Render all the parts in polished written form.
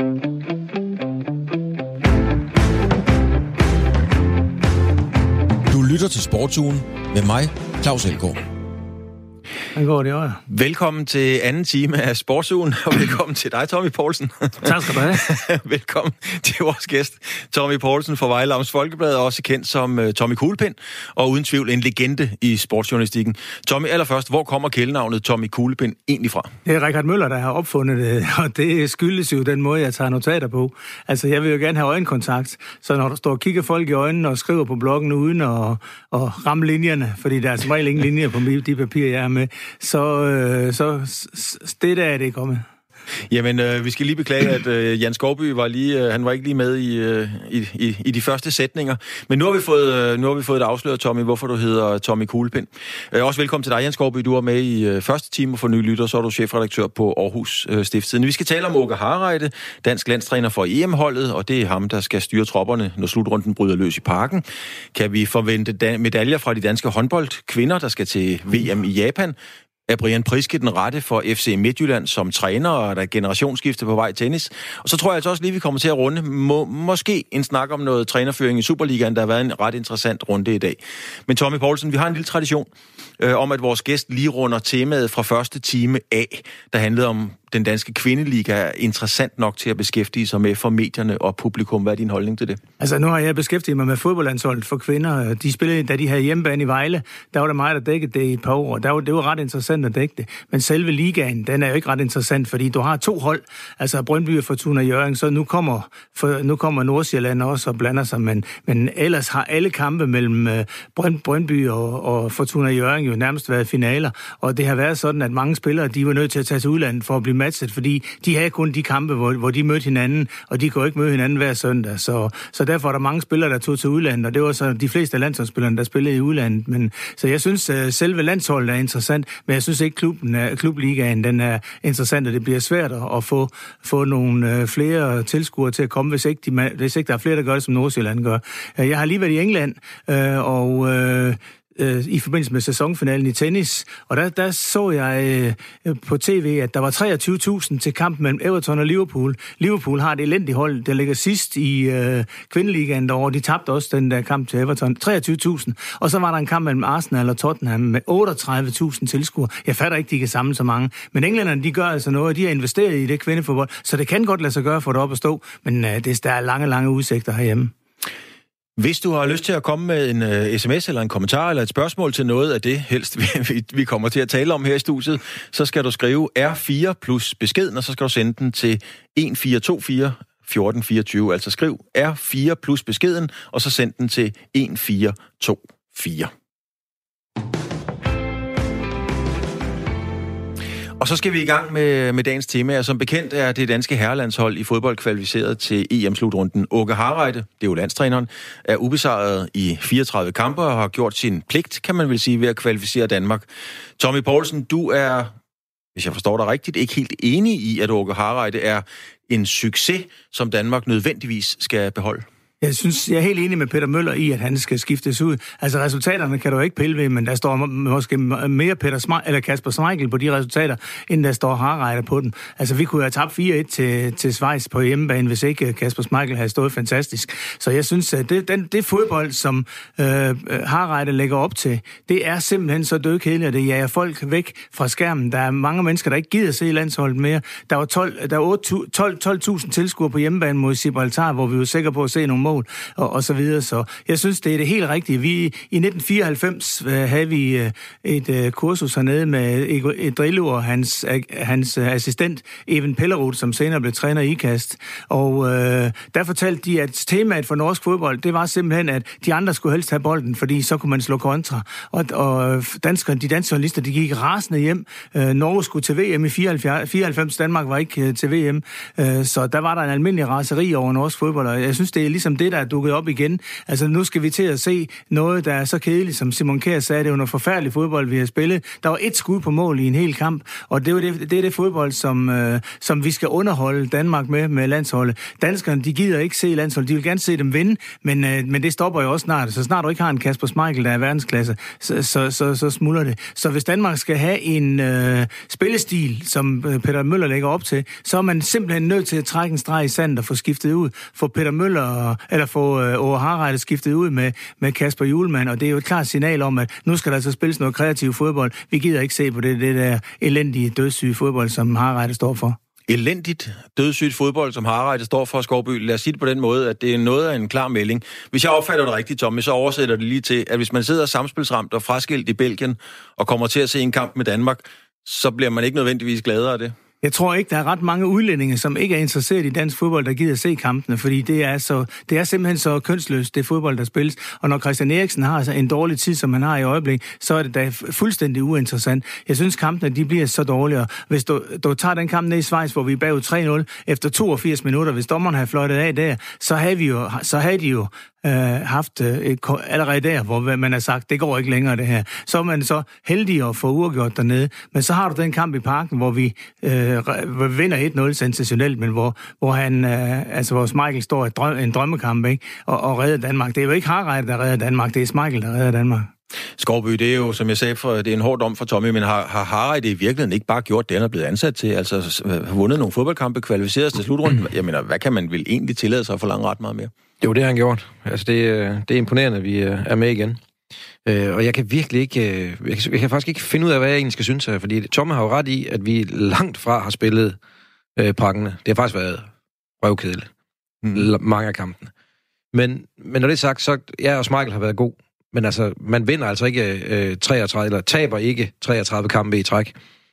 Du lytter til Sportsugen med mig, Claus Elgaard. Hvordan går det også? Velkommen til anden time af Sportsugen, og velkommen til dig, Tommy Poulsen. Tak skal du have. Velkommen til vores gæst, Tommy Poulsen fra Vejle Amts Folkeblad, også kendt som Tommy Kuglepind, og uden tvivl en legende i sportsjournalistikken. Tommy, allerførst, hvor kommer kælenavnet Tommy Kuglepind egentlig fra? Det er Richard Møller, der har opfundet det, og det skyldes jo den måde, jeg tager notater på. Altså, jeg vil jo gerne have øjenkontakt, så når du står og kigger folk i øjnene og skriver på bloggen uden at ramme linjerne, fordi der er som regel ingen linjer på de papirer, jeg er med, så det der er det kommet. Jamen, vi skal lige beklage, at Jan Skovby han var ikke lige med i de første sætninger. Men nu har vi fået det afsløret, Tommy, hvorfor du hedder Tommy Kuglepind. Også velkommen til dig, Jan Skovby. Du er med i første time for nye lytter, så er du chefredaktør på Aarhus Stiftstidende. Vi skal tale om Åke Hareide, dansk landstræner for EM-holdet, og det er ham, der skal styre tropperne, når slutrunden bryder løs i Parken. Kan vi forvente medaljer fra de danske håndboldkvinder, der skal til VM i Japan? Er Brian Priske den rette for FC Midtjylland som træner, og der er generationsskifte på vej i tennis? Og så tror jeg altså også lige, vi kommer til at runde måske en snak om noget trænerføring i Superligaen, der har været en ret interessant runde i dag. Men Tommy Poulsen, vi har en lille tradition om, at vores gæst lige runder temaet fra første time af, der handlede om den danske kvindeliga, er interessant nok til at beskæftige sig med for medierne og publikum. Hvad er din holdning til det? Altså, nu har jeg beskæftiget mig med fodboldlandsholdet for kvinder. De spillede, da de havde hjemmebane i Vejle, der var der mig, der dækkede det i et par år. Det var ret interessant at dække det. Men selve ligaen, den er jo ikke ret interessant, fordi du har to hold, altså Brøndby og Fortuna Hjørring, så nu kommer Nordsjælland også og blander sig, men ellers har alle kampe mellem Brøndby og Fortuna Hjørring jo nærmest været finaler, og det har været sådan, at mange spillere, de var nødt til at tage til udlandet for at blive matchet, fordi de havde kun de kampe, hvor de mødte hinanden, og de kunne ikke møde hinanden hver søndag. Så derfor er der mange spillere, der tog til udlandet, og det var så de fleste landsholdsspillere, der spillede i udlandet. Så jeg synes, selve landsholdet er interessant, men jeg synes ikke, klubligaen den er interessant, og det bliver svært at få nogle flere tilskuere til at komme, hvis ikke der er flere, der gør det, som Nordsjælland gør. Jeg har lige været i England, i forbindelse med sæsonfinalen i tennis, og der så jeg på tv, at der var 23.000 til kampen mellem Everton og Liverpool. Liverpool har et elendigt hold, der ligger sidst i kvindeligaen derovre. De tabte også den der kamp til Everton. 23.000. Og så var der en kamp mellem Arsenal og Tottenham med 38.000 tilskuere. Jeg fatter ikke, de kan samle så mange. Men englænderne, de gør altså noget, de har investeret i det kvindefodbold, så det kan godt lade sig gøre for det op at stå, men der er lange udsigter herhjemme. Hvis du har lyst til at komme med en sms eller en kommentar eller et spørgsmål til noget af det, helst vi kommer til at tale om her i studiet, så skal du skrive R4 plus beskeden, og så skal du sende den til 1424 1424. Altså skriv R4 plus beskeden, og så send den til 1424. Og så skal vi i gang med dagens tema. Som bekendt er det danske herrelandshold i fodbold kvalificeret til EM-slutrunden. Åke Hareide, det er jo landstræneren, er ubesejret i 34 kampe og har gjort sin pligt, kan man vel sige, ved at kvalificere Danmark. Tommy Poulsen, du er, hvis jeg forstår dig rigtigt, ikke helt enig i, at Åke Hareide er en succes, som Danmark nødvendigvis skal beholde. Jeg er helt enig med Peter Møller i, at han skal skiftes ud. Altså resultaterne kan du ikke pille ved, men der står måske mere Kasper Schmeichel på de resultater, end der står Hareide på dem. Altså vi kunne have tabt 4-1 til Schweiz på hjemmebane, hvis ikke Kasper Schmeichel havde stået fantastisk. Så jeg synes, at det fodbold, som Hareide lægger op til, det er simpelthen så dødkedeligt, og det jager folk væk fra skærmen. Der er mange mennesker, der ikke gider se landsholdet mere. Der var 12.000 tilskuere på hjemmebane mod Gibraltar, hvor vi var sikre på at se nogle mål. Og så videre. Så jeg synes, det er det helt rigtige. I 1994 havde vi et kursus hernede med Drillo og hans assistent, Even Pellerud, som senere blev træner i IKAST. Og der fortalte de, at temaet for norsk fodbold, det var simpelthen, at de andre skulle helst have bolden, fordi så kunne man slå kontra. Og de danske journalister, de gik rasende hjem. Norge skulle til VM i 94. Danmark var ikke til VM. Så der var der en almindelig raseri over norsk fodbold, og jeg synes, det er ligesom det, der er dukket op igen. Altså, nu skal vi til at se noget, der er så kedeligt, som Simon Kjær sagde, det var noget forfærdelig fodbold, vi har spillet. Der var 1 skud på mål i en hel kamp, og det er det fodbold, som vi skal underholde Danmark med landsholdet. Danskerne, de gider ikke se landsholdet, de vil gerne se dem vinde, men det stopper jo også snart. Så snart du ikke har en Kasper Schmeichel, der er verdensklasse, så smuldrer det. Så hvis Danmark skal have en spillestil, som Peter Møller lægger op til, så er man simpelthen nødt til at trække en streg i sandet og få skiftet ud. Få Peter Møller, eller få Åge Harreide skiftet ud med Kasper Hjulmand, og det er jo et klart signal om, at nu skal der altså spilles noget kreativ fodbold. Vi gider ikke se på det der elendige, dødssyge fodbold, som Harreide står for. Elendigt, dødssygt fodbold, som Harreide står for, Skovby. Lad os sige det på den måde, at det er noget af en klar melding. Hvis jeg opfatter det rigtigt, Tommy, så oversætter det lige til, at hvis man sidder samspilsramt og fraskilt i Belgien og kommer til at se en kamp med Danmark, så bliver man ikke nødvendigvis gladere af det. Jeg tror ikke, der er ret mange udlændinge, som ikke er interesseret i dansk fodbold, der gider se kampene, fordi det er simpelthen så kønsløst, det fodbold, der spilles. Og når Christian Eriksen har altså en dårlig tid, som han har i øjeblik, så er det da fuldstændig uinteressant. Jeg synes, kampene de bliver så dårligere. Hvis du tager den kamp ned i Schweiz, hvor vi er bagud 3-0 efter 82 minutter, hvis dommeren havde fløjtet af der, så havde de jo haft allerede der, hvor man har sagt, det går ikke længere det her. Så er man så heldig at få uafgjort dernede. Men så har du den kamp i Parken, hvor vi vinder 1-0 sensationelt, men hvor Schmeichel står i en drømmekamp, ikke? Og redder Danmark. Det er jo ikke Harreide, der redder Danmark, det er Schmeichel, der redder Danmark. Skovby, det er jo, som jeg sagde, det er en hård dom for Tommy, men har Harreide i virkeligheden ikke bare gjort det, han er blevet ansat til? Altså vundet nogle fodboldkampe, kvalificeret til slutrunden? Jeg mener, hvad kan man vel egentlig tillade sig at forlange ret meget mere? Jo, det har han gjort. Altså, det er imponerende, at vi er med igen. Og jeg kan virkelig ikke... Jeg kan faktisk ikke finde ud af, hvad jeg egentlig skal synes af, fordi Tommy har jo ret i, at vi langt fra har spillet pakkene. Det har faktisk været røvkedeligt. Mange af kampene. Men når det er sagt, så og Schmeichel har været god. Men altså, man vinder altså ikke 33, eller taber ikke 33 kampe i træk.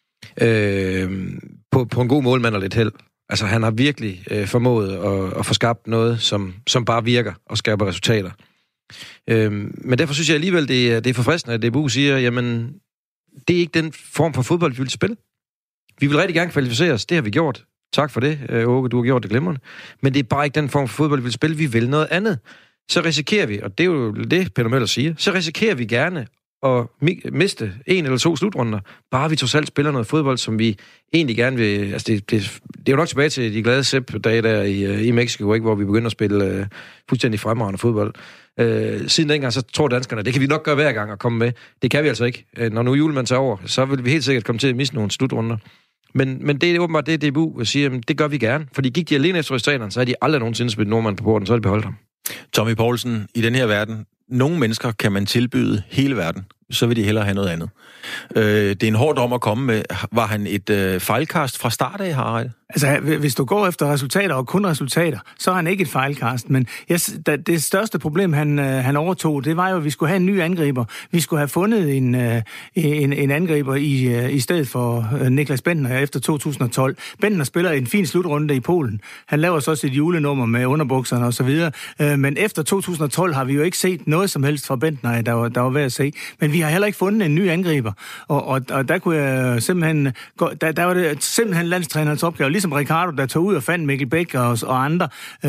På en god målmand og lidt held. Altså, han har virkelig formået at få skabt noget, som bare virker og skaber resultater. Men derfor synes jeg alligevel, det er forfriskende, at DBU siger, jamen, det er ikke den form for fodbold, vi vil spille. Vi vil rigtig gerne kvalificere os, det har vi gjort. Tak for det, Åke, du har gjort det glimrende. Men det er bare ikke den form for fodbold, vi vil spille. Vi vil noget andet. Så risikerer vi, og det er jo det, Peter Møller siger, så risikerer vi gerne at miste 1 eller 2 slutrunder, bare vi trods alt spiller noget fodbold, som vi egentlig gerne vil... Altså det er jo nok tilbage til de glade Sepp-dage der i Mexico, ikke, hvor vi begynder at spille fuldstændig fremragende fodbold. Siden dengang, så tror danskerne, det kan vi nok gøre hver gang at komme med. Det kan vi altså ikke. Når nu Hjulmand tager over, så vil vi helt sikkert komme til at miste nogle slutrunder. Men det er åbenbart det, DBU siger, jamen, det gør vi gerne. Fordi gik de alene efter resultaterne, så har de aldrig nogensinde spillet nordmand på porten, så har de beholdt ham. Tommy Poulsen, i den her verden, nogle mennesker kan man tilbyde hele verden, så vil de hellere have noget andet. Det er en hård dom at komme med. Var han et fejlkast fra start af, Harreide? Altså, hvis du går efter resultater og kun resultater, så er han ikke et fejlkast. Men det største problem, han overtog, det var jo, at vi skulle have en ny angriber. Vi skulle have fundet en angriber i stedet for Niklas Bendtner efter 2012. Bendtner spiller en fin slutrunde i Polen. Han laver så også et julenummer med underbukserne og så videre. Men efter 2012 har vi jo ikke set noget som helst fra Bendtner, der var værd at se. Men vi har heller ikke fundet en ny angriber. Og der kunne jeg simpelthen... Der var det simpelthen landstrænerens opgave. Ligesom Ricardo, der tog ud og fandt Mikkel Bæk og andre.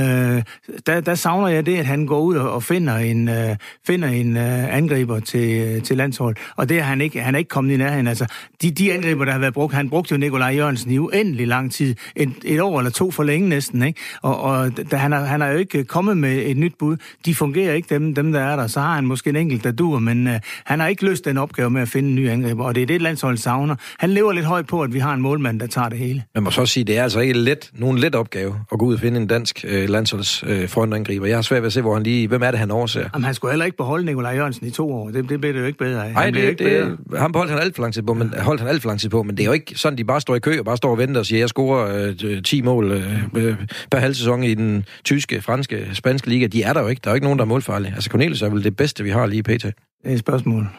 Der savner jeg det, at han går ud og finder en angriber til landshold. Og det er han ikke. Han er ikke kommet i nærheden. Altså, de angriber, der har været brugt, han brugte jo Nikolaj Jørgensen i uendelig lang tid. Et år eller 2 for længe næsten, ikke? Og han har jo ikke kommet med et nyt bud. De fungerer ikke, dem der er der. Så har han måske en enkelt, der duer, men han har ikke løst den opgave med at finde en ny angriber. Og det er det, landsholdet savner. Han lever lidt højt på, at vi har en målmand, der tager det hele. Man må så sige, det er altså ikke nogen let opgave at gå ud og finde en dansk landsholds frontangriber. Jeg har svært ved at se, hvem er det, han overser. Jamen, han skulle heller ikke beholde Nikolaj Jørgensen i 2 år. Det blev det jo ikke bedre af. Nej, han beholdt han alt for lang tid på, men det er jo ikke sådan, de bare står i kø og bare står og venter og siger, jeg scorer 10 mål per halv sæson i den tyske, franske, spanske liga. De er der jo ikke. Der er jo ikke nogen, der er målfarlige. Altså, Cornelius er vel det bedste, vi har lige pt. Det er et spørgsmål.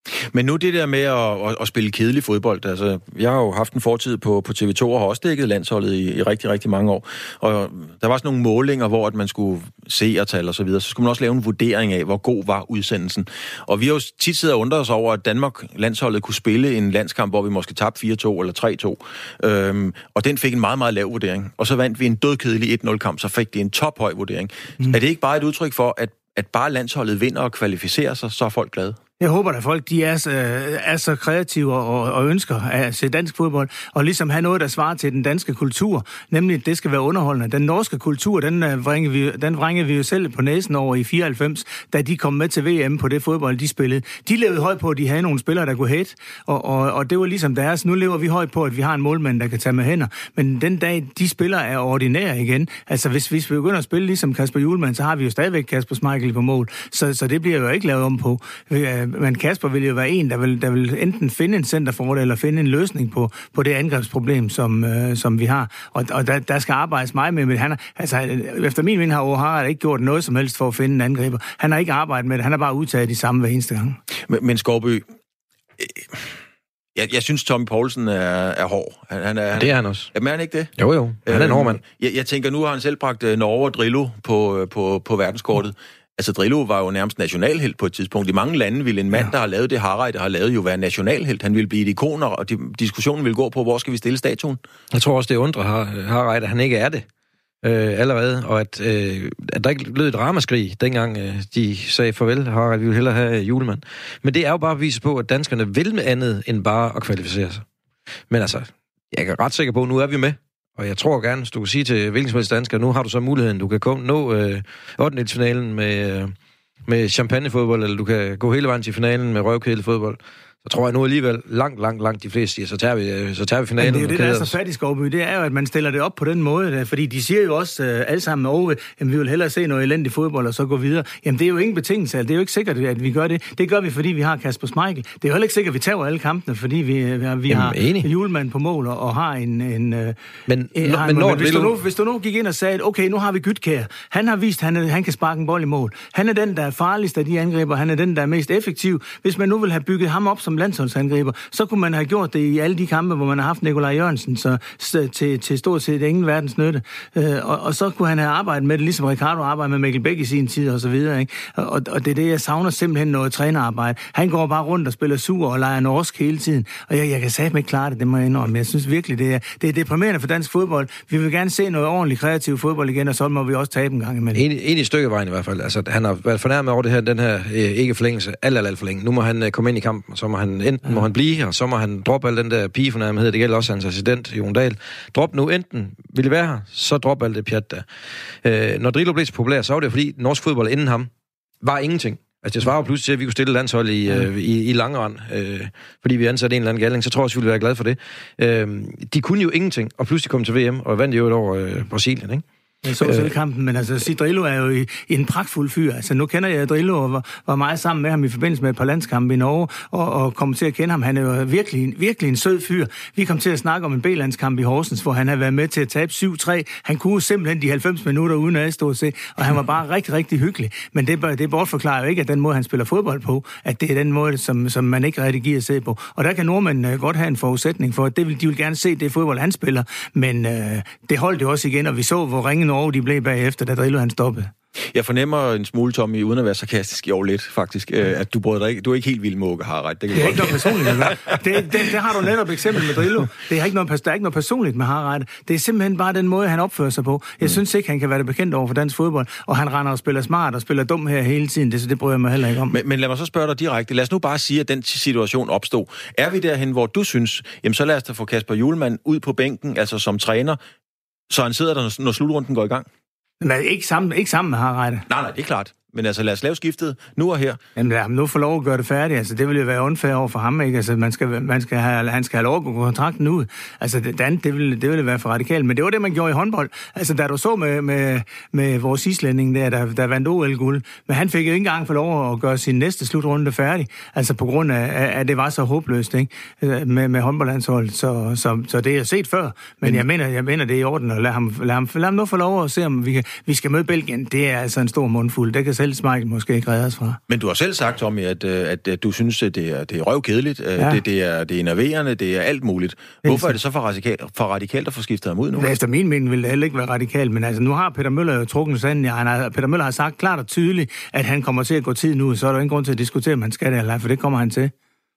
Men nu det der med at spille kedelig fodbold, altså jeg har jo haft en fortid på TV2 og har også dækket landsholdet i rigtig, rigtig mange år. Og der var sådan nogle målinger, hvor at man skulle se og tal og så videre. Så skulle man også lave en vurdering af, hvor god var udsendelsen. Og vi har jo tit siddet og undret os over, at Danmark-landsholdet kunne spille en landskamp, hvor vi måske tabte 4-2 eller 3-2. Og den fik en meget, meget lav vurdering. Og så vandt vi en dødkedelig 1-0-kamp, så fik det en tophøj vurdering. Er det ikke bare et udtryk for, at bare landsholdet vinder og kvalificerer sig, så er folk glade? Jeg håber, at folk de er så kreative og ønsker at se dansk fodbold, og ligesom have noget, der svarer til den danske kultur, nemlig at det skal være underholdende. Den norske kultur, den vrængede vi jo selv på næsen over i 94, da de kom med til VM på det fodbold, de spillede. De levede højt på, at de havde nogle spillere, der kunne hate, og det var ligesom deres. Nu lever vi højt på, at vi har en målmand, der kan tage med hænder. Men den dag, de spillere er ordinære igen. Altså, hvis vi begynder at spille ligesom Kasper Hjulmand, så har vi jo stadigvæk Kasper Schmeichel på mål. Så det bliver jo ikke lavet om på. Men Kasper vil jo være en, der vil enten finde en centerfordel eller finde en løsning på det angrebsproblem, som vi har. Og der skal arbejdes meget med. Men han, altså, efter min mening har Åge Hareide ikke gjort noget som helst for at finde en angriber. Han har ikke arbejdet med det. Han har bare udtaget de samme hver eneste gang. Men Skovby, jeg synes, Tommy Poulsen er hård. Det er han også. Jamen, er han ikke det? Jo. Han er en hård mand. Jeg tænker, nu har han selv bragt Norge og Drillo på verdenskortet. Altså, Drillo var jo nærmest nationalhelt på et tidspunkt. I mange lande ville en mand, der har lavet det, Hareide har lavet, jo være nationalhelt. Han ville blive et ikoner, og diskussionen ville gå på, hvor skal vi stille statuen? Jeg tror også, det undrer Hareide, at han ikke er det allerede, og at der ikke lød et ramaskrig, dengang de sagde farvel. Hareide, vi vil hellere have Hjulmand. Men det er jo bare at vise på, at danskerne vil med andet end bare at kvalificere sig. Men altså, jeg er ret sikker på, at nu er vi med. Og jeg tror gerne, hvis du kan sige til hvilken som helst dansker, nu har du så muligheden, du kan nå 8-finalen med champagnefodbold, eller du kan gå hele vejen til finalen med røvkedelig fodbold. Så tror jeg nu alligevel langt de fleste siger, så tager vi finalen. Men det er jo det, der er så fat i Skovby, det er jo, at man stiller det op på den måde, fordi de siger jo også alle sammen, jamen vi vil hellere se noget elendig fodbold, og så gå videre. Jamen det er jo ingen betingelse, det er jo ikke sikkert, at vi gør det. Det gør vi, fordi vi har Kasper Schmeichel. Det er jo heller ikke sikkert, at vi tager alle kampene, fordi vi har Hjulmand på mål, og har hvis du nu gik ind og sagde, at okay, nu har vi Gytkjær. Han har vist, at han kan sparke en bold i mål. Han er den, der er farligst af de angriber. Han er den, der er mest effektiv. Hvis man nu vil have bygget ham op som landsholdsangriber, så kunne man have gjort det i alle de kampe, hvor man har haft Nikolaj Jørgensen til stort set ingen verdens nytte. Og så kunne han have arbejdet med det, ligesom Ricardo arbejdede med Mikkel Bæk i sin tid og så videre. Ikke? Og det er det, jeg savner simpelthen noget trænerarbejde. Han går bare rundt og spiller sur og leger norsk hele tiden. Og jeg kan satme ikke klare det må jeg indrømme. Jeg synes virkelig, det er deprimerende for dansk fodbold. Vi vil gerne se noget ordentligt kreativ fodbold igen, og så må vi også tabe en gang imellem. En i stykkevejen i hvert fald. Altså, han har været fornærmet over det her, den her ikke forlængelse, alt for længe. Nu må han komme ind i kampen, og så må han enten må han blive, og så må han droppe al den der pigefornærmhed. Det gælder også hans assistent, Jon Dahl. Drop nu, enten vil I være her, så drop alt det pjat der. Når Drillo blev så populær, så var det fordi norsk fodbold inden ham var ingenting. Altså, det svarer jo pludselig til, at vi kunne stille landshold i langrand, fordi vi ansatte en eller anden galning, så tror jeg også, vi ville være glade for det. De kunne jo ingenting, og pludselig kom til VM, og vandt jo et over Brasilien, ikke? Jeg så selv kampen, men altså, Drillo er jo i en pragtfuld fyr. Altså, nu kender jeg Drillo og var meget sammen med ham i forbindelse med et par landskampe i Norge, og kom til at kende ham. Han er jo virkelig en sød fyr. Vi kom til at snakke om en B-landskamp i Horsens, hvor han havde været med til at tabe 7-3. Han kunne simpelthen de 90 minutter uden at stå og se, og han var bare rigtig, rigtig hyggelig. Men det bortforklarer jo ikke, at den måde, han spiller fodbold på, at det er den måde, som man ikke rigtig giver at se på. Og der kan nordmændene godt have en forudsætning for, at de vil gerne se det fodbold, han spiller. Men det holdt jo også igen, og vi så, hvor ringen over de blev bagefter, da Drillo han stoppede. Jeg fornemmer en smule, Tommy, uden at være sarkastisk i år lidt, faktisk, at du er ikke helt vild med Åke Hareide. Det er ikke noget personligt. Det har du netop eksempel med Drillo. Der er ikke noget personligt med Hareide. Det er simpelthen bare den måde, han opfører sig på. Jeg synes ikke, han kan være det bekendt over for dansk fodbold, og han render og spiller smart og spiller dum her hele tiden. Det bryder jeg mig heller ikke om. Men lad mig så spørge dig direkte. Lad os nu bare sige, at den situation opstod. Er vi derhen, hvor du synes, jamen så lad os da få Kasper Hjulmand ud på bænken, altså som træner, så han sidder der, når slutrunden går i gang? Men ikke sammen med Hareide. Nej, det er klart. Men altså, lad os lave skiftet nu og her. Jamen, lad ham nu få lov at gøre det færdigt. Altså, det vil jo være unfair over for ham, ikke? Altså, han skal have lov at gå kontrakten ud. Altså, det ville være for radikalt. Men det var det, man gjorde i håndbold. Altså, da du så med vores islænding der vandt OL-guld, men han fik jo ikke engang for lov at gøre sin næste slutrunde færdig. Altså, på grund af, at det var så håbløst, ikke? Med håndboldlandsholdet. Så det er jeg set før. Men jeg mener, det er i orden. Og lad ham nu få lov at se, om vi skal møde Belgien. Det er altså en stor mundfuld. Det kan selv Schmeichel måske ikke reddes fra. Men du har selv sagt, Tommy, at du synes, at det er røvkedeligt, det er enerverende, det er alt muligt. Hvorfor er det så for radikalt at få skiftet ham ud nu? Efter min mening vil det heller ikke være radikalt, men altså nu har Peter Møller jo trukket sanden. Peter Møller har sagt klart og tydeligt, at han kommer til at gå tid nu, så er der ingen grund til at diskutere, om han skal det eller ej, for det kommer han til.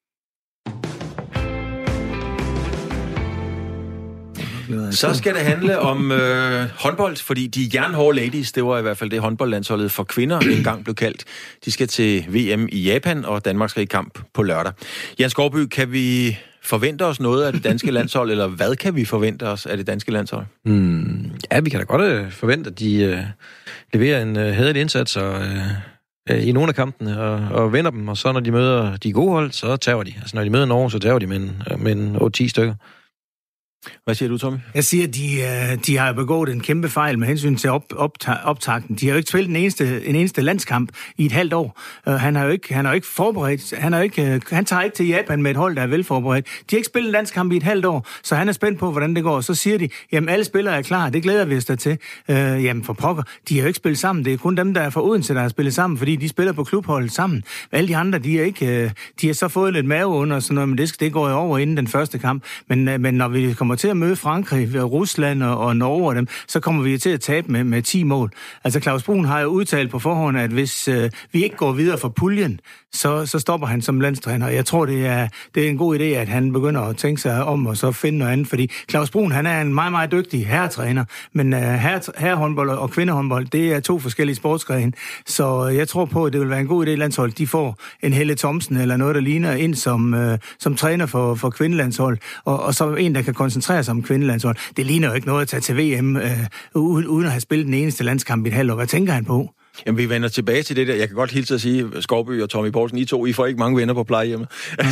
Så skal det handle om håndbold, fordi de jernhårde ladies, det var i hvert fald det håndboldlandsholdet for kvinder engang blev kaldt. De skal til VM i Japan, og Danmark skal i kamp på lørdag. Jan Skovby, kan vi forvente os noget af det danske landshold, eller hvad kan vi forvente os af det danske landshold? Ja, vi kan da godt forvente, at de leverer en hæderlig indsats i nogle af kampene og vinder dem, og så når de møder de gode hold, så tager de. Altså når de møder Norge, så tager de med en 8-10 stykker. Hvad siger du, Tommy? Jeg siger, at de har begået en kæmpe fejl med hensyn til optakten. De har jo ikke spillet en eneste landskamp i et halvt år. Han har jo ikke forberedt. Han tager ikke til Japan med et hold, der er velforberedt. De har ikke spillet en landskamp i et halvt år, så han er spændt på, hvordan det går. Så siger de, jamen alle spillere er klar, det glæder vi os da til. Jamen for pokker, de har jo ikke spillet sammen. Det er kun dem, der er fra Odense, der har spillet sammen, fordi de spiller på klubholdet sammen. Alle de andre, de har så fået lidt mave under, sådan noget, men det går jo over inden den første kamp. Men når vi kommer til at møde Frankrig, Rusland og Norge og dem, så kommer vi til at tabe med 10 mål. Altså Claus Brun har jo udtalt på forhånd, at hvis vi ikke går videre for puljen, så stopper han som landstræner. Jeg tror, det er en god idé, at han begynder at tænke sig om og så finde noget andet, fordi Claus Brun, han er en meget, meget dygtig herretræner, men herrehåndbold og kvindehåndbold, det er 2 forskellige sportsgrene, så jeg tror på, at det vil være en god idé, at landsholdet, de får en Helle Thomsen eller noget, der ligner ind som træner for kvindelandshold, og så en, der kan koncentrere sig om kvindelandshold. Det ligner jo ikke noget at tage til VM uden at have spillet den eneste landskamp i et halvt år. Hvad tænker han på? Jamen, vi vender tilbage til det der. Jeg kan godt hilse at sige, Skovby og Tommy Poulsen, I får ikke mange venner på plejehjemmet.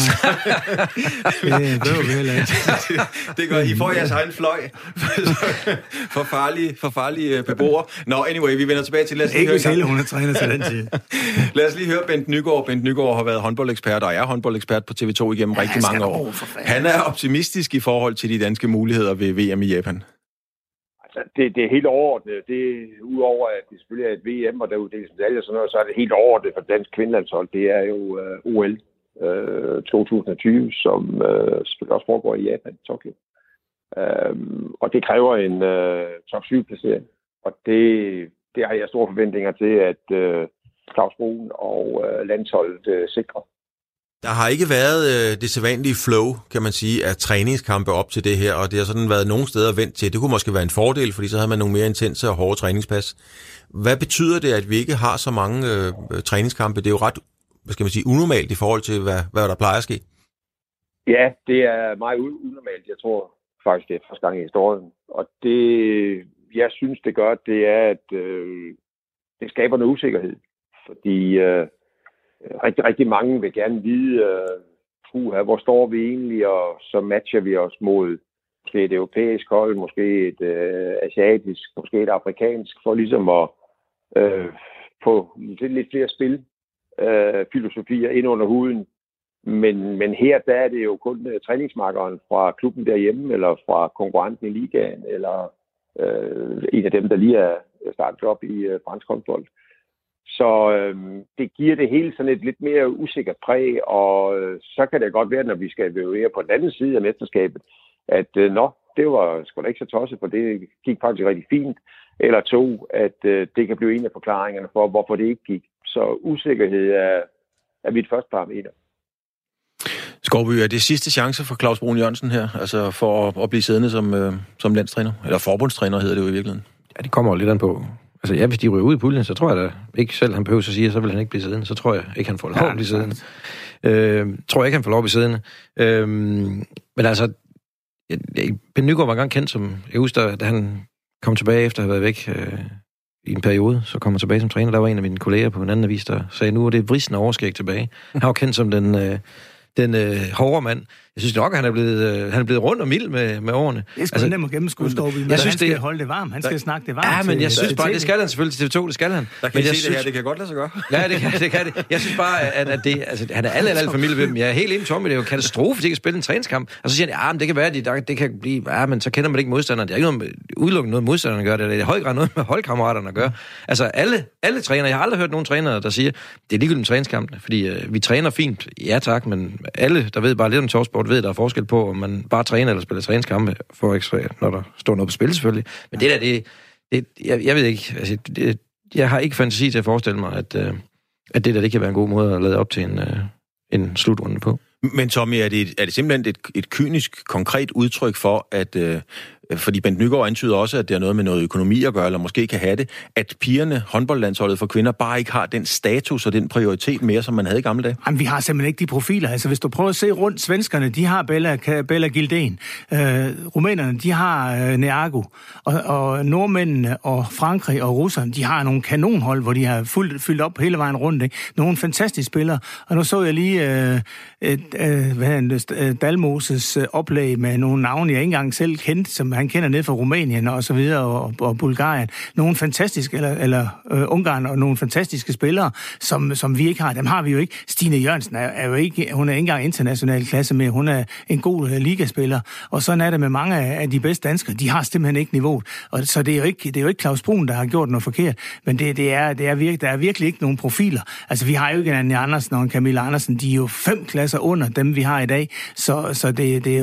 Det gør I får jeres egen fløj for farlige beboere. Nå, anyway, vi vender tilbage til... Ikke hvis hele hun er træner til den tid. Lad os lige høre Bent Nygaard. Bent Nygaard har været håndboldekspert, og er håndboldekspert på TV2 igennem rigtig mange år. Han er optimistisk i forhold til de danske muligheder ved VM i Japan. Det er helt overordnet. Det udover at det selvfølgelig er et VM, og der uddeles medaljer og sådan noget, så er det helt overordnet for dansk kvindelandshold. Det er jo OL 2020, som selvfølgelig også foregår i Japan, Tokyo. Og det kræver en top 7-placering. Og det har jeg store forventninger til, at Claus Brun og landsholdet sikrer. Der har ikke været det sædvanlige flow, kan man sige, af træningskampe op til det her, og det har sådan været nogle steder vendt til. Det kunne måske være en fordel, fordi så havde man nogle mere intense og hårde træningspas. Hvad betyder det, at vi ikke har så mange træningskampe? Det er jo ret, hvad skal man sige, unormalt i forhold til, hvad der plejer at ske. Ja, det er meget unormalt. Jeg tror faktisk, det er første gang i historien. Og det, jeg synes, det gør, det er, at det skaber noget usikkerhed. Fordi... Rigtig, rigtig mange vil gerne vide, hvor står vi egentlig, og så matcher vi os mod måske et europæisk hold, måske et asiatisk, måske et afrikansk, for ligesom at få lidt flere spilfilosofier ind under huden. Men her, der er det jo kun træningsmarkeren fra klubben derhjemme, eller fra konkurrenten i ligaen, eller en af dem, der lige er startet op i fransk håndbold. Så det giver det hele sådan et lidt mere usikkert præg, og så kan det godt være, når vi skal evaluere på den anden side af mesterskabet, at det var sgu da ikke så tosset, for det gik faktisk rigtig fint. Eller 2, at det kan blive en af forklaringerne for, hvorfor det ikke gik. Så usikkerhed er mit første parameter. Skovby, er det sidste chance for Claus Brun Jørgensen her, altså for at blive siddende som landstræner? Eller forbundstræner hedder det jo i virkeligheden. Ja, det kommer jo lidt an på. Altså ja, hvis de ryger ud i puljen, så tror jeg da ikke selv, han behøver at sige, så vil han ikke blive siddende. Så tror jeg ikke, han får lov at blive siddende. Tror jeg ikke, han får lov at blive siddende. Men altså, Ben Nygaard var engang kendt som, jeg husker, da han kom tilbage efter at have været væk i en periode, så kom han tilbage som træner. Der var en af mine kolleger på en anden avis, der sagde, nu er det vrissende overskæg tilbage. Han var kendt som den hårde mand. Jeg synes nok, at han er blevet rundt og mild med årene. Det er sgu nemt at gennemskue, Skorby. Han skal holde det varmt. Han skal snakke det varmt. Ja, men jeg synes bare, det skal han selvfølgelig til TV2, det skal han. Der kan men I se det her, det kan godt lade sig gøre. Ja, det kan det. Jeg synes bare, at det, altså, han er alle familie ved dem. Jeg er helt enig med Tommy, det er jo en katastrofe, at de kan spille en træningskamp. Og så siger han, det kan være, det kan blive, men så kender man ikke modstanderen. Det er ikke udelukkende noget modstanderen at gøre, det er i høj grad noget med holdkammeraterne at gøre. Altså alle trænere, jeg har aldrig hørt nogen trænere, der siger, det er ligegyldigt med træningskampene, fordi vi træner fint, ja tak, men alle, der ved bare lidt om topsport, ved, der er forskel på, om man bare træner eller spiller træningskampe, for eksempel, når der står noget på spil selvfølgelig. Men det der, jeg ved ikke, altså, jeg har ikke fantasi til at forestille mig, at det kan være en god måde at lade op til en slutrunde på. Men Tommy, er det simpelthen et kynisk, konkret udtryk for, at fordi Bent Nyegaard antyder også, at det er noget med noget økonomi at gøre, eller måske kan have det, at pigerne, håndboldlandsholdet for kvinder, bare ikke har den status og den prioritet mere, som man havde i gamle dage? Jamen, vi har simpelthen ikke de profiler. Altså, hvis du prøver at se rundt, svenskerne, de har Bella Gildén. Rumænerne, de har Neago. Og nordmændene og Frankrig og russerne, de har nogle kanonhold, hvor de har fyldt op hele vejen rundt. Ikke? Nogle fantastiske spillere. Og nu så jeg lige Dalmoses oplæg med nogle navne, jeg ikke engang selv kendte, som han kender ned fra Rumænien og så videre, og Bulgarien. Nogle fantastiske, eller Ungarn, og nogle fantastiske spillere, som vi ikke har. Dem har vi jo ikke. Stine Jørgensen er jo ikke, hun er ikke engang international klasse med. Hun er en god ligaspiller. Og sådan er det med mange af de bedste danskere. De har simpelthen ikke niveauet. Og så det er jo ikke Claus Brun, der har gjort noget forkert. Men der er virkelig ikke nogen profiler. Altså, vi har jo ikke en Anja Andersen og en Camilla Andersen. De er jo 5 klasser under dem, vi har i dag. Så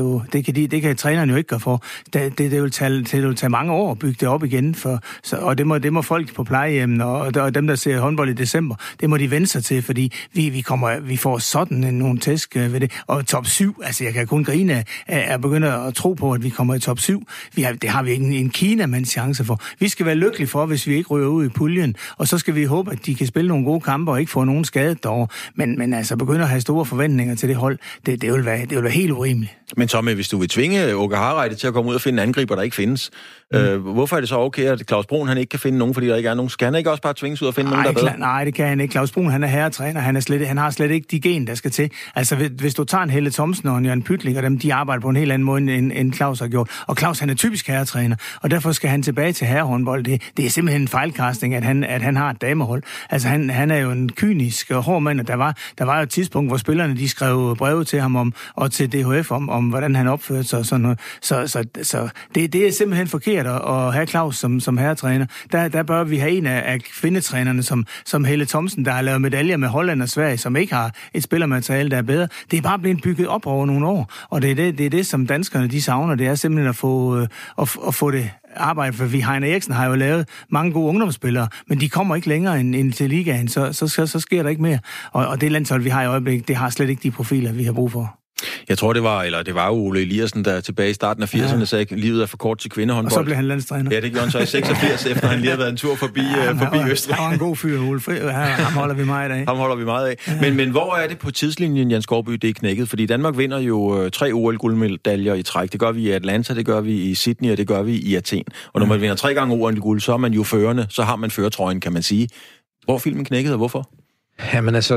det kan træneren jo ikke gøre for. Det vil tage mange år at bygge det op igen, og det må folk på plejehjemmen og dem, der ser håndbold i december, det må de vende sig til, fordi vi får sådan nogle tæsk ved det. Og top 7, altså jeg kan kun grine af at begynde at tro på, at vi kommer i top 7. Det har vi ikke en Kina-mands chance for. Vi skal være lykkelige for, hvis vi ikke ryger ud i puljen, og så skal vi håbe, at de kan spille nogle gode kampe og ikke få nogen skade derovre. Men altså begynde at have store forventninger til det hold, det vil være helt urimeligt. Men Tommy, hvis du vil tvinge Åke Hareide til at komme ud og finde en angriber, der ikke findes, hvorfor er det så okay, at Claus Brun han ikke kan finde nogen, fordi der ikke er nogen? Skal han ikke også bare tvinges ud og finde nogen, der er bedre? Nej, det kan han ikke. Claus Brun, han er herretræner. Han har slet ikke de gen, der skal til. Altså, hvis du tager en Helle Thomsen og en Jørgen Pytlik, og dem, de arbejder på en helt anden måde, end Claus har gjort. Og Claus, han er typisk herretræner, og derfor skal han tilbage til herrehåndbold. Det er simpelthen en fejlkasting, at han har et damehold. Altså, han er jo en kynisk og hård mand, og der var jo et tidspunkt, hvor spillerne, de skrev breve til ham og til DHF om hvordan han opførte sig og sådan noget. Så det er simpelthen forkert at have Claus som herretræner. Der bør vi have en af kvindetrænerne, som Helle Thomsen, der har lavet medaljer med Holland og Sverige, som ikke har et spillermateriale, der er bedre. Det er bare blevet bygget op over nogle år, og det er det som danskerne de savner. Det er simpelthen at få det arbejde, for Heine Eriksen har jo lavet mange gode ungdomsspillere, men de kommer ikke længere end til ligaen, så sker der ikke mere. Og det landshold, vi har i øjeblikket, det har slet ikke de profiler, vi har brug for. Jeg tror, det var jo Ole Eliassen, der tilbage i starten af 80'erne sagde, at livet er for kort til kvindehåndbold. Og så blev han landstræner. Ja, det gjorde han så i 86, efter han lige har været en tur forbi Østrig. Han var en god fyr, Ole. Ham holder vi meget af. Ham holder vi meget af. Ja. Men hvor er det på tidslinjen, Jan Skovby, det er knækket? Fordi Danmark vinder jo 3 OL-guldmedaljer i træk. Det gør vi i Atlanta, det gør vi i Sydney, og det gør vi i Athen. Og når man vinder 3 gange OL-guld, så er man jo førende. Så har man førertrøjen, kan man sige. Hvor er filmen knækket, og hvorfor? Jamen altså,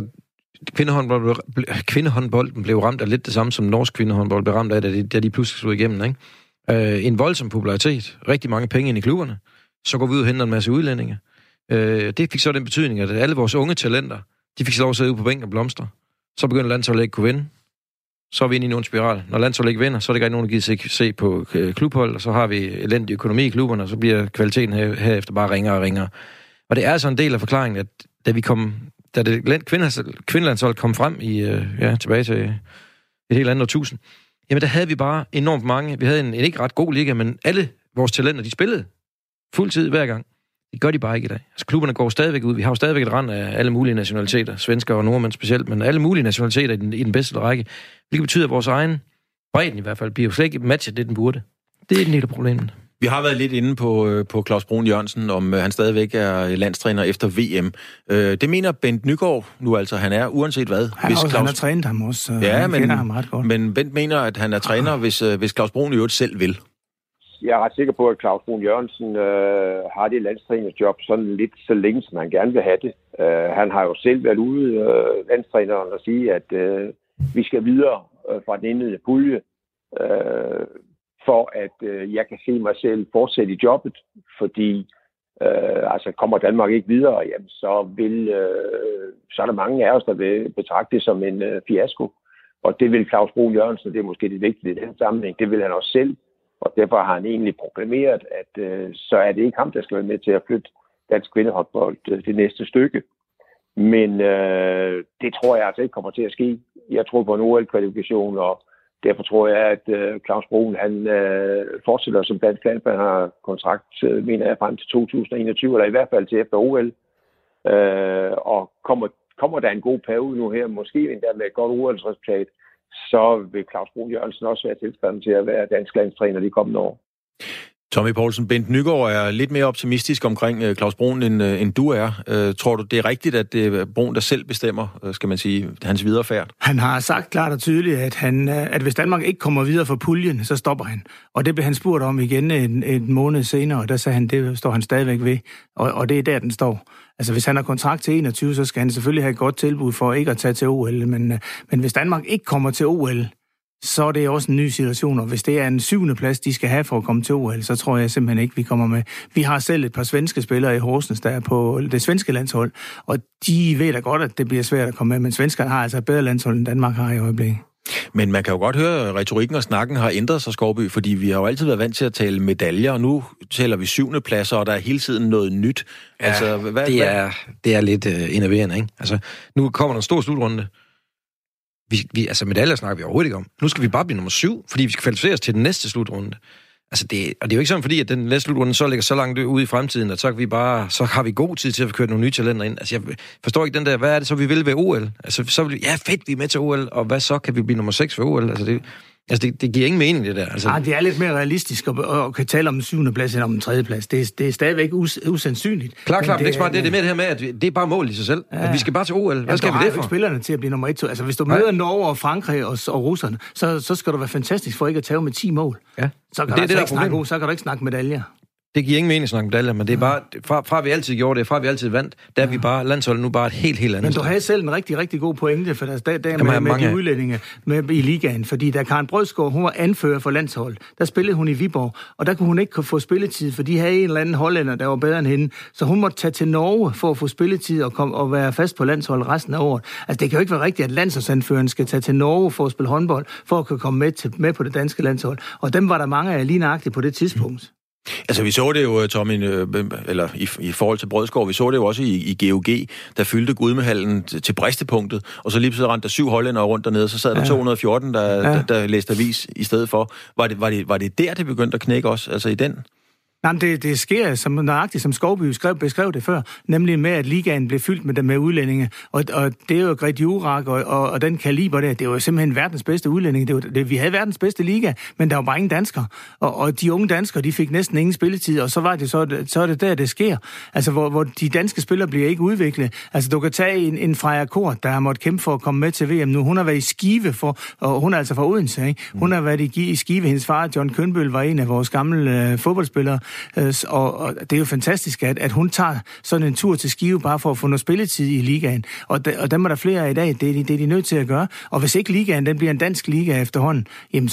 kvindehåndbolden blev ramt af lidt det samme, som norsk kvindehåndbold blev ramt af, da de pludselig slog igennem, ikke? En voldsom popularitet, rigtig mange penge ind i klubberne, så går vi ud og henter en masse udlændinge. Det fik så den betydning, at alle vores unge talenter, de fik lov at sidde ude på bænken og blomstre. Så begynder landsholdet ikke kunne vinde. Så er vi inde i nogen spiral. Når landsholdet ikke vinder, så er det ikke nogen, der gider se på klubhold, og så har vi elendig økonomi i klubberne, og så bliver kvaliteten herefter bare ringere og ringere. Og det er altså en del af forklaringen, at da det kvindelandshold kom frem tilbage til et helt andet årtusind, jamen der havde vi bare enormt mange. Vi havde en ikke ret god liga, men alle vores talenter, de spillede fuldtid hver gang. Det gør de bare ikke i dag. Altså klubberne går stadigvæk ud. Vi har jo stadigvæk et rand af alle mulige nationaliteter, svensker og nordmænd specielt, men alle mulige nationaliteter i den bedste række. Hvilket betyder, at vores egen bredden i hvert fald bliver jo slet ikke matchet det, den burde. Det er den del af problemet. Vi har været lidt inde på Claus Brun Jørgensen, om han stadigvæk er landstræner efter VM. Det mener Bent Nyegaard nu altså, han er, uanset hvad. Han har trænet ham også, ja, men ham ret godt. Men Bent mener, at han er træner, hvis Claus Brun i øvrigt selv vil. Jeg er ret sikker på, at Claus Brun Jørgensen har det landstrænerjob sådan lidt så længe, som han gerne vil have det. Han har jo selv været ude, landstræneren, og sige, at vi skal videre fra den indledende pulje, for at jeg kan se mig selv fortsætte i jobbet, fordi kommer Danmark ikke videre, jamen, så er der mange af os, der vil betragte det som en fiasko. Og det vil Claus Brun Jørgensen, og det er måske det vigtige i den sammenhæng, det vil han også selv. Og derfor har han egentlig proklameret, at så er det ikke ham, der skal være med til at flytte dansk kvindehåndbold det næste stykke. Men det tror jeg altså ikke kommer til at ske. Jeg tror på en OL-kvalifikation, og derfor tror jeg, at Claus Brun han fortsætter som dansk landspiller. Han har kontrakt, mener jeg, frem til 2021, eller i hvert fald til efter OL. Og kommer der en god periode nu her, måske endda med et godt OL-resultat, så vil Claus Brun Jørgensen også være tilskrevet til at være dansk landstræner de kommende år. Tommy Poulsen, Bent Nygaard er lidt mere optimistisk omkring Claus Brun, end du er. Tror du, det er rigtigt, at det er Brun, der selv bestemmer, skal man sige, hans viderefærd? Han har sagt klart og tydeligt, at hvis Danmark ikke kommer videre fra puljen, så stopper han. Og det blev han spurgt om igen en måned senere, og der sagde han, det står han stadigvæk ved. Og det er der, den står. Altså, hvis han har kontrakt til 21, så skal han selvfølgelig have et godt tilbud for ikke at tage til OL. Men hvis Danmark ikke kommer til OL, så er det også en ny situation, og hvis det er en 7. plads, de skal have for at komme til OL, så tror jeg simpelthen ikke, vi kommer med. Vi har selv et par svenske spillere i Horsens, der er på det svenske landshold, og de ved da godt, at det bliver svært at komme med, men svenskerne har altså et bedre landshold, end Danmark har i øjeblikket. Men man kan jo godt høre, at retorikken og snakken har ændret sig, Skovby, fordi vi har jo altid været vant til at tale medaljer, og nu tæller vi 7. pladser, og der er hele tiden noget nyt. Ja, altså, det er lidt innoverende, ikke? Altså, nu kommer der en stor slutrunde. Altså medaljer snakker vi overhovedet ikke om. Nu skal vi bare blive nummer 7, fordi vi skal kvalificere os til den næste slutrunde. Altså og det er jo ikke sådan, fordi at den næste slutrunde så ligger så langt ude i fremtiden, at så har vi god tid til at få kørt nogle nye talenter ind. Altså jeg forstår ikke den der, hvad er det så, vi vil ved OL? Altså så vil vi, fedt, vi er med til OL, og hvad så, kan vi blive nummer 6 ved OL? Altså det giver ingen mening, det der. Altså, det er lidt mere realistisk at kan tale om en 7. plads end om en 3. plads. Det er stadigvæk usandsynligt. Klart, det er det med det her med, at det er bare mål i sig selv. Ja. At vi skal bare til OL. Hvad skal vi det for? Spillerne til at blive nummer 1. Altså hvis du møder Norge og Frankrig og russerne, så skal du være fantastisk for ikke at tage med 10 mål. Ja. Så kan du ikke snakke medaljer. Det giver ingen mening at snakke medaljer, men det er bare, fra vi altid gjorde det, fra vi altid vandt, der er vi bare landsholdet nu bare et helt andet. Men du havde selv en rigtig, rigtig god pointe, for der med de udlændinge med i ligaen, fordi da Karen Brødsgaard, hun var anfører for landsholdet, der spillede hun i Viborg, og der kunne hun ikke få spilletid, for de havde en eller anden hollænder, der var bedre end hende, så hun måtte tage til Norge for at få spilletid og være fast på landsholdet resten af året. Altså det kan jo ikke være rigtigt, at landsholdsanføreren skal tage til Norge for at spille håndbold, for at kunne komme med på det danske landshold, og dem var der mange af lige nøjagtigt på det tidspunkt. Altså, vi så det jo, Tommy, eller i forhold til Brødsgaard, vi så det jo også i GOG, der fyldte Gudmehallen til bristepunktet, og så lige pludselig rendte der 7 hollændere rundt dernede, så sad der 214, der læste avis i stedet for. Var det der, det begyndte at knække også, altså i den? Nej, det sker som nøjagtigt, som Skovby beskrev det før, nemlig med, at ligaen blev fyldt med udlændinge, og det er jo Gret Jurak og den kaliber der, det er jo simpelthen verdens bedste udlændinge. Vi havde verdens bedste liga, men der var bare ingen danskere, og de unge danskere, de fik næsten ingen spilletid, og så er det der, det sker. Altså, hvor de danske spillere bliver ikke udviklet. Altså, du kan tage en Freja Kort, der har måttet kæmpe for at komme med til VM nu. Hun har været i Skive og hun er altså fra Odense, ikke? Hun har været i Skive. Hendes far, John Kønbøl, var en af vores gamle fodboldspillere. Og det er jo fantastisk, at hun tager sådan en tur til Skive bare for at få noget spilletid i ligaen. Og dem er der flere af i dag, det er de nødt til at gøre. Og hvis ikke ligaen, den bliver en dansk liga efterhånden, jamen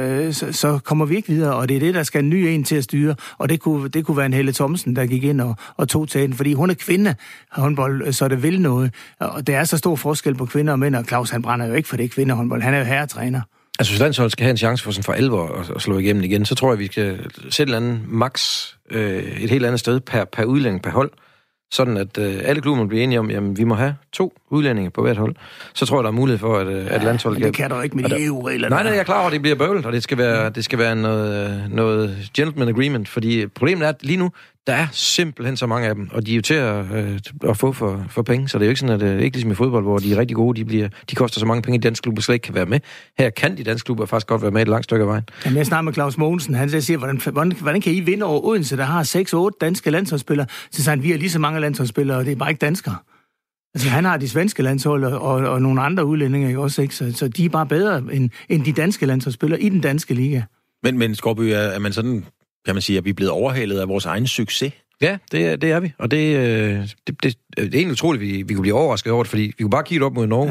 så kommer vi ikke videre, og det er det, der skal en ny en til at styre. Og det kunne være en Helle Thomsen, der gik ind og tog til den, fordi hun er kvinde håndbold, så det vil noget. Og der er så stor forskel på kvinder og mænd, og Claus, han brænder jo ikke for det kvindehåndbold. Han er jo herretræner. Altså, hvis landsholdet skal have en chance for sådan for alvor at slå igennem igen, så tror jeg, vi skal sætte et andet max et helt andet sted per udlænding per hold, sådan at alle klubber bliver enige om, jamen vi må have 2 udlændinge på hvert hold. Så tror jeg, der er mulighed for, at landsholdet... det kan du ikke med de EU-regler. Nej, jeg er klar over, at det bliver bøvlet, og det skal være noget gentleman agreement, fordi problemet er, at lige nu, der er simpelthen så mange af dem, og de er jo til at få for penge, så det er jo ikke sådan, at det er ikke ligesom i fodbold, hvor de er rigtig gode, de koster så mange penge, at danske klubber slet ikke kan være med. Her kan de danske klubber faktisk godt være med et langt stykke af vejen. Jamen, jeg snakker med Claus Mogensen, han siger, hvordan kan I vinde over Odense, der har 6-8 danske landsholdsspillere? Så siger han, vi har lige så mange landsholdsspillere, og det er bare ikke danskere. Altså, han har de svenske landshold og nogle andre udlændinge, ikke også, ikke? Så de er bare bedre end de danske landsholdsspillere i den danske liga. Men Skorby, er man sådan, kan man sige, at vi er blevet overhalet af vores egen succes? Ja, det er vi. Og det er egentlig utroligt, vi kunne blive overrasket over det, fordi vi kunne bare kigge op mod Norge. Ja.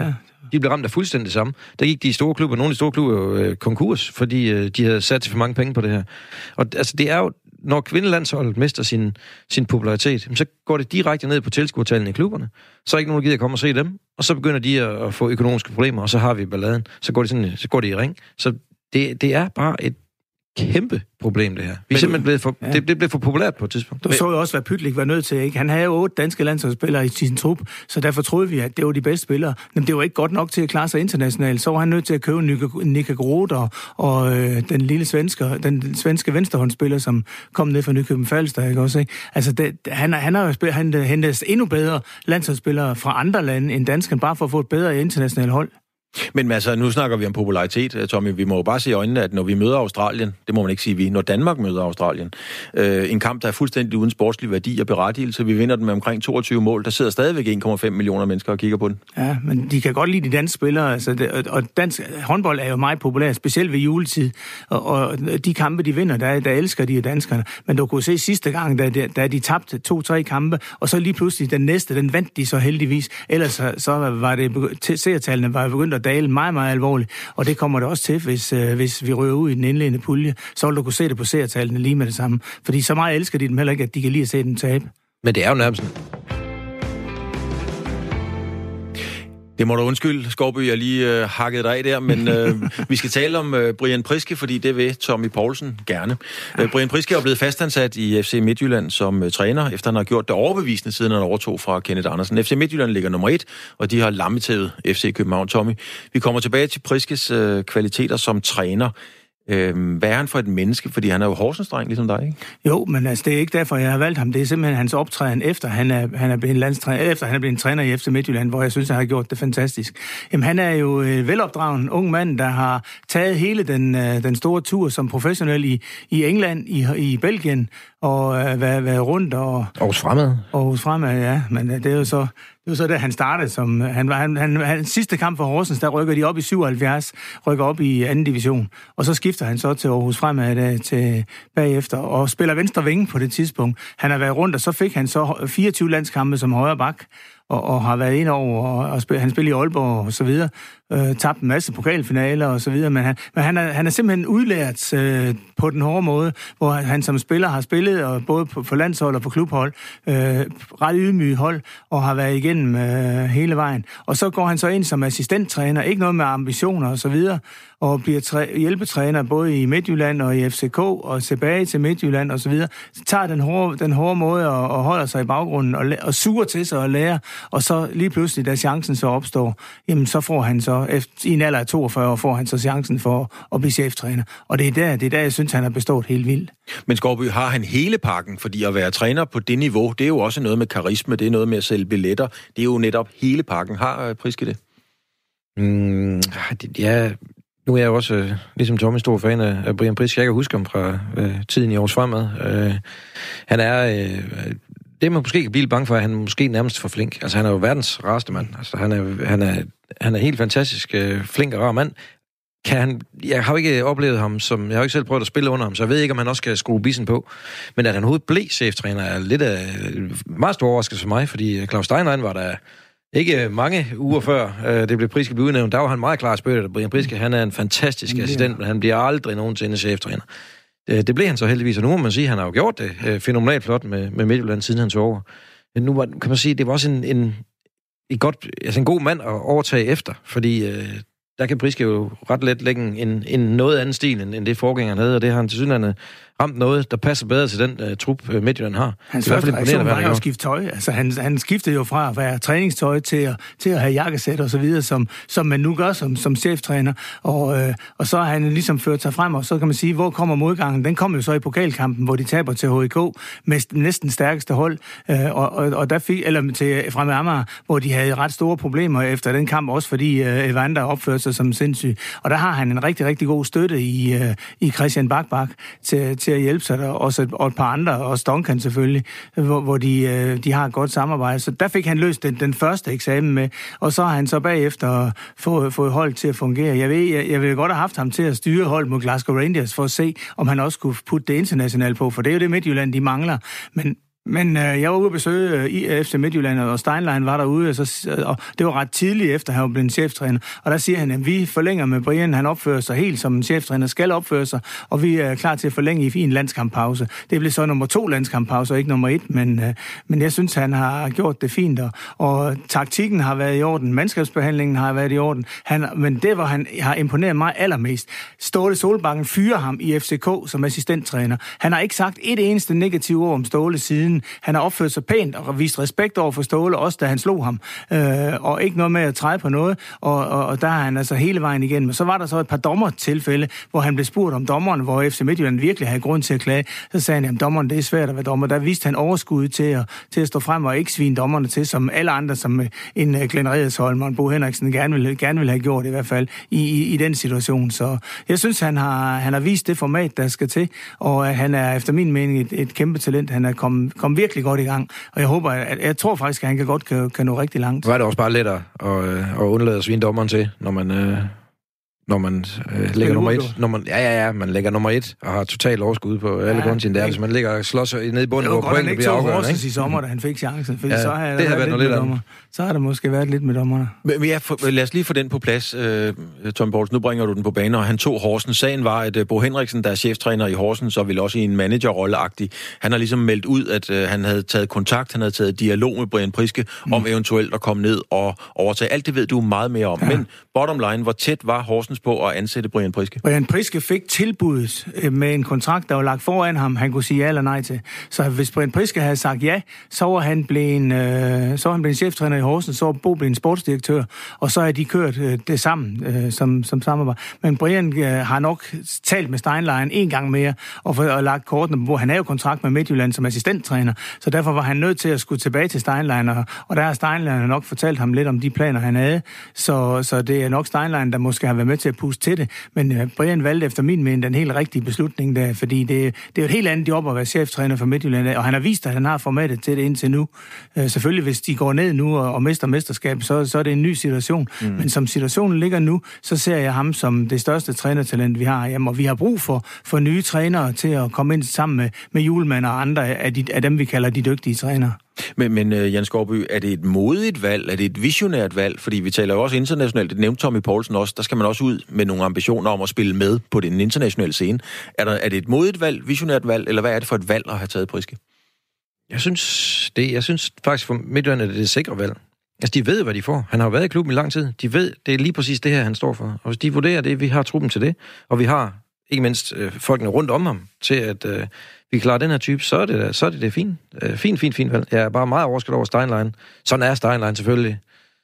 De blev ramt af fuldstændig samme. Der gik de store klubber, nogle af de store klubber konkurs, fordi de havde sat for mange penge på det her. Og altså, det er jo, når kvindelandsholdet mister sin popularitet, så går det direkte ned på tilskuertallene i klubberne. Så er ikke nogen, der gider komme og se dem, og så begynder de at få økonomiske problemer, og så har vi balladen. Så går det i ring. Så det er bare et kæmpe problem, det her. Vi er simpelthen det blev for populært på et tidspunkt. Du så jo også, hvad Pytlik var nødt til, ikke? Han havde jo 8 danske landsholdsspillere i sin trup, så derfor troede vi, at det var de bedste spillere. Men det var ikke godt nok til at klare sig internationalt. Så var han nødt til at købe Nika Groth og den lille svenske venstrehåndsspiller, som kom ned fra Nykøbing Falster, ikke også, ikke? Altså, han har jo hentet endnu bedre landsholdsspillere fra andre lande end danskerne, bare for at få et bedre internationalt hold. Men altså, nu snakker vi om popularitet, Tommy. Vi må jo bare se i øjnene, at når vi møder Australien, det må man ikke sige vi, når Danmark møder Australien, en kamp, der er fuldstændig uden sportslig værdi og berettigelse, vi vinder den med omkring 22 mål, der sidder stadigvæk 1,5 millioner mennesker og kigger på den. Ja, men de kan godt lide de danske spillere, altså, og dansk håndbold er jo meget populær, specielt ved juletid, og de kampe, de vinder, der elsker de danskerne. Men du kunne se sidste gang, da de tabte 2-3 kampe, og så lige pludselig den næste, den vandt de så heldigvis. Ellers så var det, seertallene var begyndt at dale meget, meget alvorligt, og det kommer det også til, hvis vi rører ud i den indledende pulje, så vil du kunne se det på seertallene lige med det samme. Fordi så meget elsker de dem heller ikke, at de kan lide at se dem tabe. Men det er jo nærmest... Det må du undskylde, Skovby, jeg lige hakket dig af der, men vi skal tale om Brian Priske, fordi det vil Tommy Poulsen gerne. Brian Priske er blevet fastansat i FC Midtjylland som træner, efter han har gjort det overbevisende, siden han overtog fra Kenneth Andersen. FC Midtjylland ligger nummer 1, og de har lammetævet FC København. Tommy, vi kommer tilbage til Priskes kvaliteter som træner. Hvad er han for et menneske? Fordi han er jo Horsensdreng, ligesom dig, ikke? Jo, men altså, det er ikke derfor, jeg har valgt ham. Det er simpelthen hans optræden, efter han er blevet landstræner, efter han er blevet træner i FC Midtjylland, hvor jeg synes, han har gjort det fantastisk. Jamen, han er jo velopdragen ung mand, der har taget hele den store tur som professionel i England, i Belgien, og været rundt og... Aarhus Fremad, ja. Men det er jo så... Det var så da han startede som... Han sidste kamp for Horsens, der rykker de op i 77, rykker op i anden division. Og så skifter han så til Aarhus Fremad til bagefter, og spiller venstre vinge på det tidspunkt. Han har været rundt, og så fik han så 24 landskampe som højre bak, og har været ind over, og han spiller i Aalborg og så videre, tabt en masse pokalfinaler og så videre, men han er simpelthen udlært på den hårde måde, hvor han som spiller har spillet, og både på landshold og på klubhold, ret ydmyge hold, og har været igennem hele vejen. Og så går han så ind som assistenttræner, ikke noget med ambitioner og så videre, og bliver hjælpetræner både i Midtjylland og i FCK, og tilbage til Midtjylland og så videre. Så tager den hårde måde og holder sig i baggrunden og suger til sig og lærer, og så lige pludselig, da chancen så opstår, jamen så får han så, i en alder af 42 år, får han så chancen for at blive cheftræner. Og det er der, jeg synes, han har bestået helt vildt. Men Skovby, har han hele pakken? Fordi at være træner på det niveau, det er jo også noget med karisme, det er noget med at sælge billetter. Det er jo netop hele pakken. Har Priske det? Ja... Nu er jeg også, ligesom Tommy, stor fan af Brian Priske. Jeg kan huske ham fra tiden i Aarhus Fremad. Han er... det man måske kan blive bange for, at han måske nærmest for flink. Altså, han er jo verdens rareste mand. Altså, han er helt fantastisk flink og rar mand. Jeg har jo ikke oplevet ham som... Jeg har jo ikke selv prøvet at spille under ham, så jeg ved ikke, om han også skal skrue bissen på. Men at han overhovedet blev cheftræner er lidt af meget stor overraskelse for mig, fordi Claus Steinlein var der... Ikke mange uger før det blev Priske blev udnævnt, der var han meget klar at spørge, at Brian Priske, han er en fantastisk assistent, men han bliver aldrig nogensinde cheftræner. Det blev han så heldigvis, og nu må man sige, at han har jo gjort det fænomenalt flot med Midtjylland, siden han tog over. Men nu kan man sige, det var også en god mand at overtage efter, fordi der kan Priske jo ret let lægge en noget anden stil, end det forgængeren havde, og det har han til synligheden ramt noget, der passer bedre til den trup, Midtjylland har. Hans første reaktion var jo at skifte tøj. Altså, han skiftede jo fra at være træningstøj til at have jakkesæt og så videre, som man nu gør som cheftræner. Og så har han ligesom ført sig frem, og så kan man sige, hvor kommer modgangen? Den kommer jo så i pokalkampen, hvor de taber til HIK med næsten stærkeste hold, og der fik, eller til Fremad Amager, hvor de havde ret store problemer efter den kamp, også fordi Evander opførte sig som sindssyg. Og der har han en rigtig, rigtig god støtte i Christian Bak til at hjælpe sig der, og et par andre, også Duncan selvfølgelig, hvor de har et godt samarbejde. Så der fik han løst den første eksamen med, og så har han så bagefter fået hold til at fungere. Jeg ville godt have haft ham til at styre hold mod Glasgow Rangers, for at se, om han også kunne putte det internationalt på, for det er jo det Midtjylland, de mangler. Men jeg var ude at besøge i FC Midtjylland, og Steinlein var derude, og det var ret tidligt efter, han var blevet cheftræner. Og der siger han, at vi forlænger med Brian, han opfører sig helt som en cheftræner skal opføre sig, og vi er klar til at forlænge i en landskamppause. Det blev så nummer 2 landskamppause, og ikke nummer 1, men jeg synes, han har gjort det fint, og taktikken har været i orden, mandskabsbehandlingen har været i orden, men det, hvor han har imponeret mig allermest, Ståle Solbakken fyrer ham i FCK som assistenttræner. Han har ikke sagt et eneste negativt ord om Ståle siden. Han har opført sig pænt og vist respekt over for Ståle, også da han slog ham. Og ikke noget med at træde på noget, og der er han altså hele vejen igennem. Og så var der så et par dommertilfælde, hvor han blev spurgt om dommeren, hvor FC Midtjylland virkelig havde grund til at klage. Så sagde han, at dommeren, det er svært at være dommer. Der viste han overskud til at stå frem og ikke svine dommerne til, som alle andre, som en Glenn Riddersholm og en Bo Henriksen gerne ville have gjort i hvert fald i den situation. Så jeg synes, han har vist det format, der skal til, og han er efter min mening et kæmpe talent. Han er kommet virkelig godt i gang, og jeg tror faktisk, at han kan nå rigtig langt. Nu er det også bare lettere at undlade at svine dommeren til, når man lægger nummer 1. Man lægger nummer 1 og har total overskud på alle grundtiden der. Hvis man ligger og slås ned i bunden, hvor pointene bliver afgørende. Det var i sommer, da han fik chancen, fordi så har det været lidt med så har der måske været lidt med dommerne. Men lad os lige få den på plads, Tom Poulsen. Nu bringer du den på banen, og han tog Horsens. Sagen var, at Bo Henriksen, der er cheftræner i Horsens, og ville også i en managerrolle-agtig, han har ligesom meldt ud, at han havde taget kontakt, han havde taget dialog med Brian Priske om eventuelt at komme ned og overtage. Alt det ved du meget mere om. Ja. Men bottom line, hvor tæt var Horsens på at ansætte Brian Priske? Brian Priske fik tilbuddet med en kontrakt, der var lagt foran ham, han kunne sige ja eller nej til. Så hvis Brian Priske havde sagt ja, så var han blevet cheftræner i Horsens, så var Bo blevet sportsdirektør, og så har de kørt det sammen som samarbejde. Men Brian har nok talt med Steinlein en gang mere, og lagt kortene på. Han er jo kontrakt med Midtjylland som assistenttræner, så derfor var han nødt til at skulle tilbage til Steinlein, og der har Steinlein nok fortalt ham lidt om de planer, han havde. Så det er nok Steinlein, der måske har været med til at puste til det, men Brian valgte efter min mening den helt rigtige beslutning der, fordi det er jo et helt andet job at være cheftræner for Midtjylland, og han har vist, at han har formatet til det indtil nu. Selvfølgelig, hvis de går ned nu og mister mesterskab, så er det en ny situation. Men som situationen ligger nu, så ser jeg ham som det største trænertalent, vi har hjemme, og vi har brug for nye trænere til at komme ind sammen med Hjulmand og andre af dem, vi kalder de dygtige trænere. Men Jan Skovby, er det et modigt valg? Er det et visionært valg? Fordi vi taler jo også internationalt, det nævnte Tommy Poulsen også, der skal man også ud med nogle ambitioner om at spille med på den internationale scene. Er det et modigt valg, visionært valg, eller hvad er det for et valg at have taget Priske? Jeg synes faktisk for Midtjylland er det et sikre valg. Altså, de ved, hvad de får. Han har været i klubben i lang tid. De ved, det er lige præcis det her, han står for. Og hvis de vurderer det, vi har truppen til det, og vi har ikke mindst folkene rundt om ham til, at vi klarer den her type, så er det fint. Fint valg. Jeg er bare meget overrasket over Steinlein. Sådan er Steinlein selvfølgelig.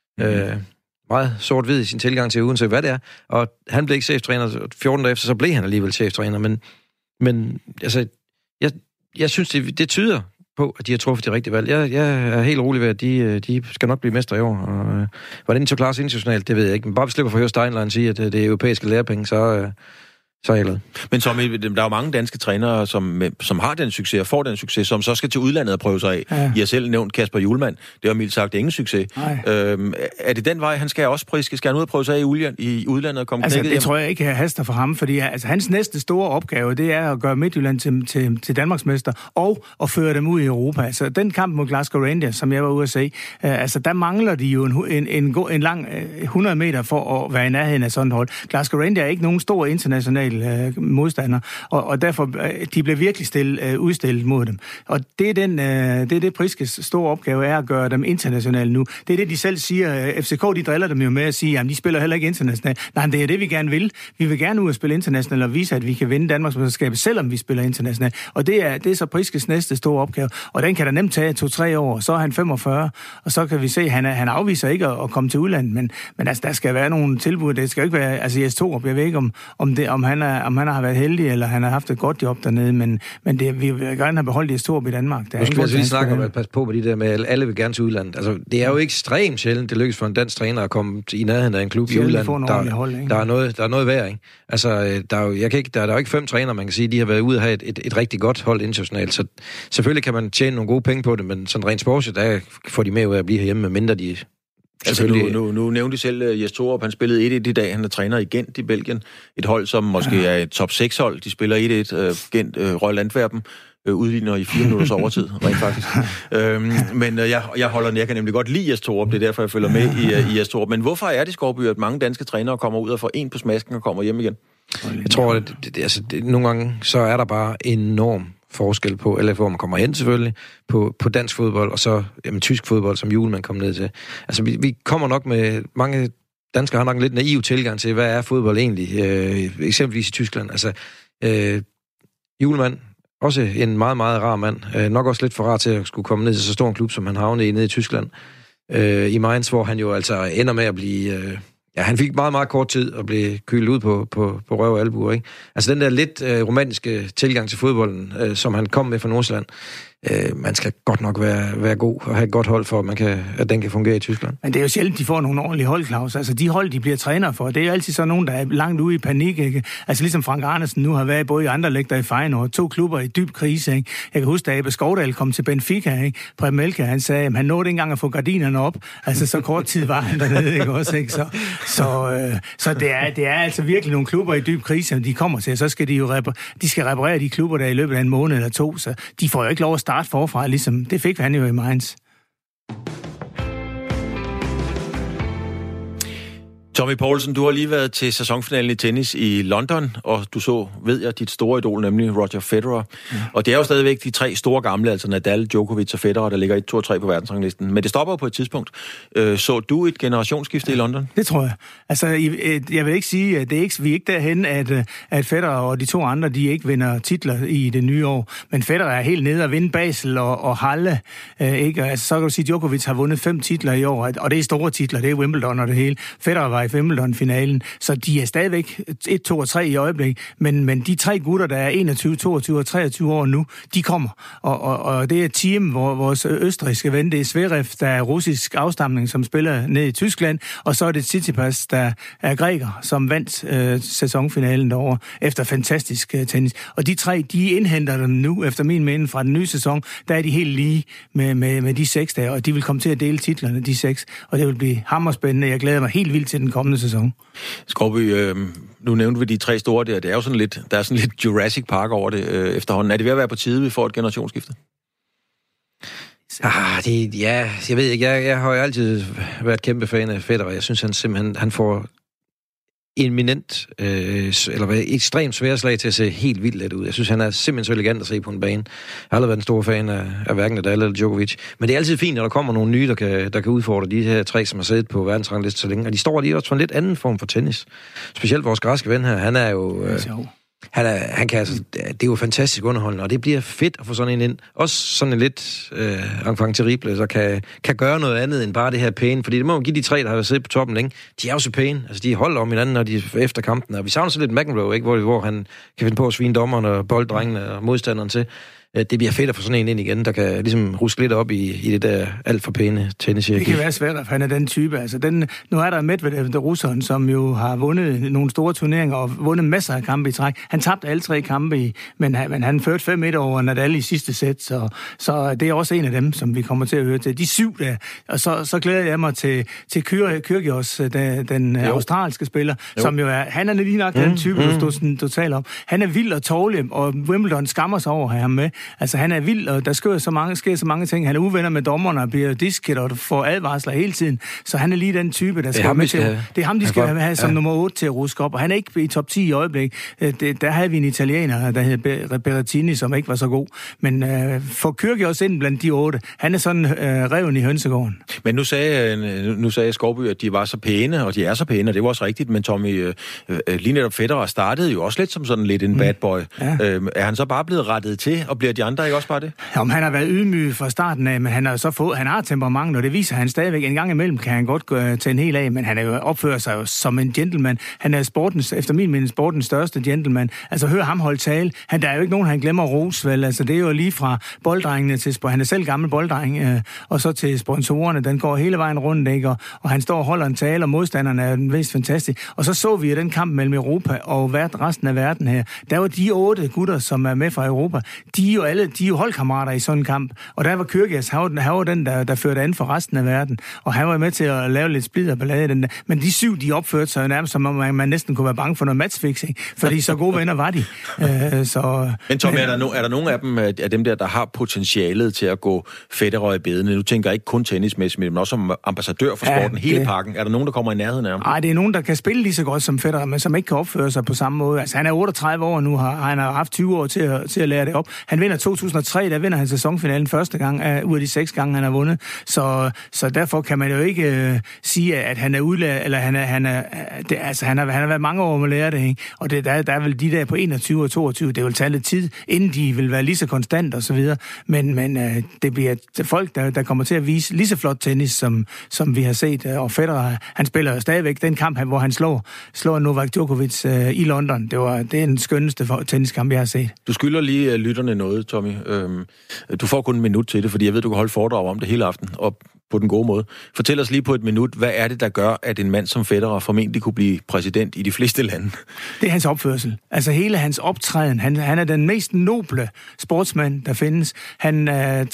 Meget sort-hvid i sin tilgang til uanset hvad det er. Og han blev ikke cheftræner 14 dage efter, så blev han alligevel cheftræner. Men altså, jeg synes, det tyder på, at de har truffet de rigtige valg. Jeg er helt rolig ved, at de skal nok blive mestre i år. Og hvordan de så klarer sig internationalt, det ved jeg ikke. Men bare slipper for at høre Steinlein sige, at det er europæiske lærepenge, så er jeg glad. Men Tommy, der er jo mange danske trænere, som har den succes og får den succes, som så skal til udlandet og prøve sig af. Ja. I har selv nævnt Kasper Hjulmand. Det var mildt sagt ingen succes. Er det den vej, han skal også Priske? Skal han ud og prøve sig af i udlandet og komme knækket hjem? Det tror jeg ikke haster for ham, fordi hans næste store opgave, det er at gøre Midtjylland til Danmarksmester og at føre dem ud i Europa. Altså den kamp mod Glasgow Rangers, som jeg var ude at se, der mangler de jo en lang 100 meter for at være i nærheden af sådan et hold. Glasgow Rangers er ikke nogen stor international modstandere, og derfor de blev virkelig udstillet mod dem. Og det er det Priskes store opgave er at gøre dem internationale nu. Det er det, de selv siger. FCK, de driller dem jo med at sige, at de spiller heller ikke internationalt. Nej, det er det, vi gerne vil. Vi vil gerne ud og spille internationalt og vise, at vi kan vinde Danmarksmesterskabet, selvom vi spiller internationalt. Og det er så Priskes næste store opgave. Og den kan der nemt tage 2-3 år. Så er han 45, og så kan vi se, at han afviser ikke at komme til udlandet. Men altså, der skal være nogle tilbud. Det skal jo ikke være, altså Jes Torup, jeg ved ikke, om han har været heldig, eller han har haft et godt job dernede, men vi vil gerne have beholdt Jes Torup i Danmark. Nu skal vi altså lige snakke om at passe på med de der med, at alle vil gerne til udlandet. Altså, det er jo ekstremt sjældent, det lykkes for en dansk træner at komme i nærheden af en klub i udlandet. Der er noget værd, ikke? Altså, der er jo ikke 5 trænere, man kan sige, de har været ude at have et rigtig godt hold internationalt. Så selvfølgelig kan man tjene nogle gode penge på det, men sådan rent sportsligt, der får de med ud af at blive herhjemme, medmre de... Altså nu nævnte de selv Jes Torup, han spillede 1-1 i dag, han er træner i Gent i Belgien, et hold, som måske er et top 6-hold, de spiller 1-1, Gent, Royal Antwerpen. udligner i 4 minutters overtid, rent faktisk. Men jeg holder den. Jeg kan nemlig godt lide Jes Torup. Det er derfor, jeg følger med i Jes Torup. Men hvorfor er det, Skovby, at mange danske trænere kommer ud og får en på smasken og kommer hjem igen? Jeg tror, at nogle gange så er der bare enorm forskel på, eller hvor man kommer hen selvfølgelig, på dansk fodbold, og så tysk fodbold, som Hjulmand kom ned til. Altså, vi kommer nok med mange danskere har nok en lidt naiv tilgang til, hvad er fodbold egentlig, eksempelvis i Tyskland. Altså, Hjulmand, også en meget, meget rar mand, nok også lidt for rar til at skulle komme ned til så stor en klub, som han havnede i nede i Tyskland, i Mainz, hvor han jo altså ender med at blive... han fik meget, meget kort tid og blev kølet ud på røv og albuer, ikke? Altså den der lidt romantiske tilgang til fodbolden, som han kom med fra Nordsjælland, man skal godt nok være god og have et godt hold for, at den kan fungere i Tyskland. Men det er jo sjældent, de får nogle ordentlige hold, Claus. Altså de hold, de bliver træner for, det er jo altid sådan nogen, der er langt ude i panik, ikke? Altså ligesom Frank Arnesen nu har været både i Anderlecht og i Feyenoord, 2 klubber i dyb krise, ikke? Jeg kan huske, da Ebbe Skovdal kom til Benfica, ikke? Preben Melke, han sagde, at han nåede ikke engang at få gardinerne op. Altså så kort tid var han dernede, ikke også, ikke? Så det er altså virkelig nogle klubber i dyb krise, de kommer til, så skal de jo reparere de klubber, der i løbet af en måned eller 2, så de får jo ikke lov at starte forfra, ligesom det fik han jo i Mainz. Tommy Poulsen, du har lige været til sæsonfinalen i tennis i London, og du så, ved jeg, dit store idol, nemlig Roger Federer. Ja. Og det er jo stadigvæk de 3 store gamle, altså Nadal, Djokovic og Federer, der ligger 1, 2 og 3 på verdensranglisten. Men det stopper på et tidspunkt. Så du et generationsskifte i London? Det tror jeg. Altså, jeg vil ikke sige, at vi er ikke derhen, at Federer og de 2 andre, de ikke vinder titler i det nye år. Men Federer er helt nede og vinde Basel og Halle. Ikke? Altså, så kan du sige, at Djokovic har vundet 5 titler i år, og det er store titler, det er Wimbledon og det hele. Federer var i Wimbledon-finalen, så de er stadigvæk 1, 2 og 3 i øjeblik, men de 3 gutter, der er 21, 22 og 23 år nu, de kommer, og det er et team, hvor vores østrigske ven, det er Zverev, der er russisk afstamning, som spiller ned i Tyskland, og så er det Tsitsipas, der er græker, som vandt sæsonfinalen derovre, efter fantastisk tennis. Og de 3, de indhenter dem nu, efter min mening, fra den nye sæson, der er de helt lige med de 6 der, og de vil komme til at dele titlerne, de 6, og det vil blive hammerspændende. Jeg glæder mig helt vildt til den kommende sæson. Skovby, nu nævnte vi de 3 store der. Det er jo sådan lidt, der er sådan lidt Jurassic Park over det efterhånden. Er det ved at være på tide, vi får et generationsskifte? Jeg ved ikke. Jeg har jo altid været kæmpe fan af Federer. Jeg synes, han simpelthen får eminent, eller ekstremt svære slag til at se helt vildt let ud. Jeg synes, han er simpelthen så elegant at se på en bane. Jeg har aldrig været en stor fan af hverken Nadal eller Djokovic. Men det er altid fint, når der kommer nogle nye, der kan udfordre de her 3, som har siddet på verdensranglisten så længe. Og de står lige også for en lidt anden form for tennis. Specielt vores græske ven her, han er jo... Han kan altså, det er jo fantastisk underholdende, og det bliver fedt at få sådan en ind. Også sådan en lidt enfant terrible, så kan gøre noget andet end bare det her pæne. Fordi det må man give de 3, der har siddet på toppen længe. De er jo så pæne. Altså, de holder om hinanden, når de efter kampen. Og vi savner så lidt McEnroe, ikke? Hvor han kan finde på at svine dommerne og bolddrengene og modstanderen til. Det bliver fedt at få sådan en ind igen, der kan ligesom ruske lidt op i det der alt for pæne tenniscirkel. Det kan være svært, at han er den type. Altså nu er der Medvedev, der russeren, som jo har vundet nogle store turneringer og vundet masser af kampe i træk. Han tabte alle 3 kampe, men han førte 5-1 over Nadal i sidste sæt, så det er også en af dem, som vi kommer til at høre til. De 7 der, og så glæder jeg mig til Kyrgios, den australske spiller, som jo er, han er lige nok den type, du taler om. Han er vild og tårlig, og Wimbledon skammer sig over at have ham med. Altså, han er vild, og der sker så mange ting. Han er uvenner med dommerne og bliver disket og får advarsler hele tiden. Så han er lige den type, der skal med til. Det er ham, de skal have som nummer 8 til at ruske op. Og han er ikke i top 10 i øjeblik. Der havde vi en italiener, der hed Berrettini, som ikke var så god. Men for Kyrgios ind blandt de 8. Han er sådan reven i hønsegården. Men nu sagde Skovby, at de var så pæne, og de er så pæne, og det var også rigtigt. Men Tommy, lige netop Federer startede jo også lidt som sådan lidt en bad boy. Ja. Er han så bare blevet rettet til, og bliver de andre ikke også bare det? Jamen, han har været ydmyg fra starten af, men han har temperament, og det viser han stadigvæk. En gang imellem kan han godt tage en hel af, men han opfører sig jo som en gentleman. Han er efter min mening sportens største gentleman. Altså, hør ham holde tale. Der er jo ikke nogen, han glemmer ros, vel? Altså, det er jo lige fra bolddrengene til han er selv gammel bolddreng, og så til sponsorerne. Den går hele vejen rundt, ikke? Og han står og holder en tale, og modstanderne er den mest fantastisk. Og så vi den kamp mellem Europa og resten af verden her. Der var de 8 gutter, som er med fra Europa. De de er jo holdkammerater i sådan en kamp. Og der var Kyrgios, han var den, der førte an for resten af verden. Og han var med til at lave lidt splid og ballade den der. Men de 7, de opførte sig jo nærmest, som om man næsten kunne være bange for noget matchfixing. Fordi så gode venner var de. Men Tom, er der nogen af dem, af dem der har potentialet til at gå Federer i bedene? Nu tænker jeg ikke kun tennismæssigt, men også som ambassadør for sporten, hele pakken. Er der nogen, der kommer i nærheden af ham? Nej, det er nogen, der kan spille lige så godt som Federer, men som ikke kan opføre sig på samme måde. Altså, han er 38 år nu, han har haft 20 år til at lære det op. Han vinder 2003, der vinder han sæsonfinalen første gang, ud af de 6 gange, han har vundet. Så derfor kan man jo ikke sige, at han er udlært, eller han har været mange år om at lære det, ikke? Og der er vel de der på 21 og 22, det vil tage lidt tid, inden de vil være lige så konstant og så videre. Men det bliver folk, der kommer til at vise lige så flot tennis, som vi har set. Og Federer, han spiller jo stadigvæk den kamp, hvor han slår Novak Djokovic i London. Det er den skønneste tenniskamp, jeg har set. Du skylder lige lytterne noget, Tommy. Du får kun 1 minut til det, fordi jeg ved, du kan holde foredrag om det hele aften, og på den gode måde. Fortæl os lige på 1 minut, hvad er det, der gør, at en mand som Federer formentlig kunne blive præsident i de fleste lande? Det er hans opførsel. Altså hele hans optræden. Han er den mest noble sportsmand, der findes. Han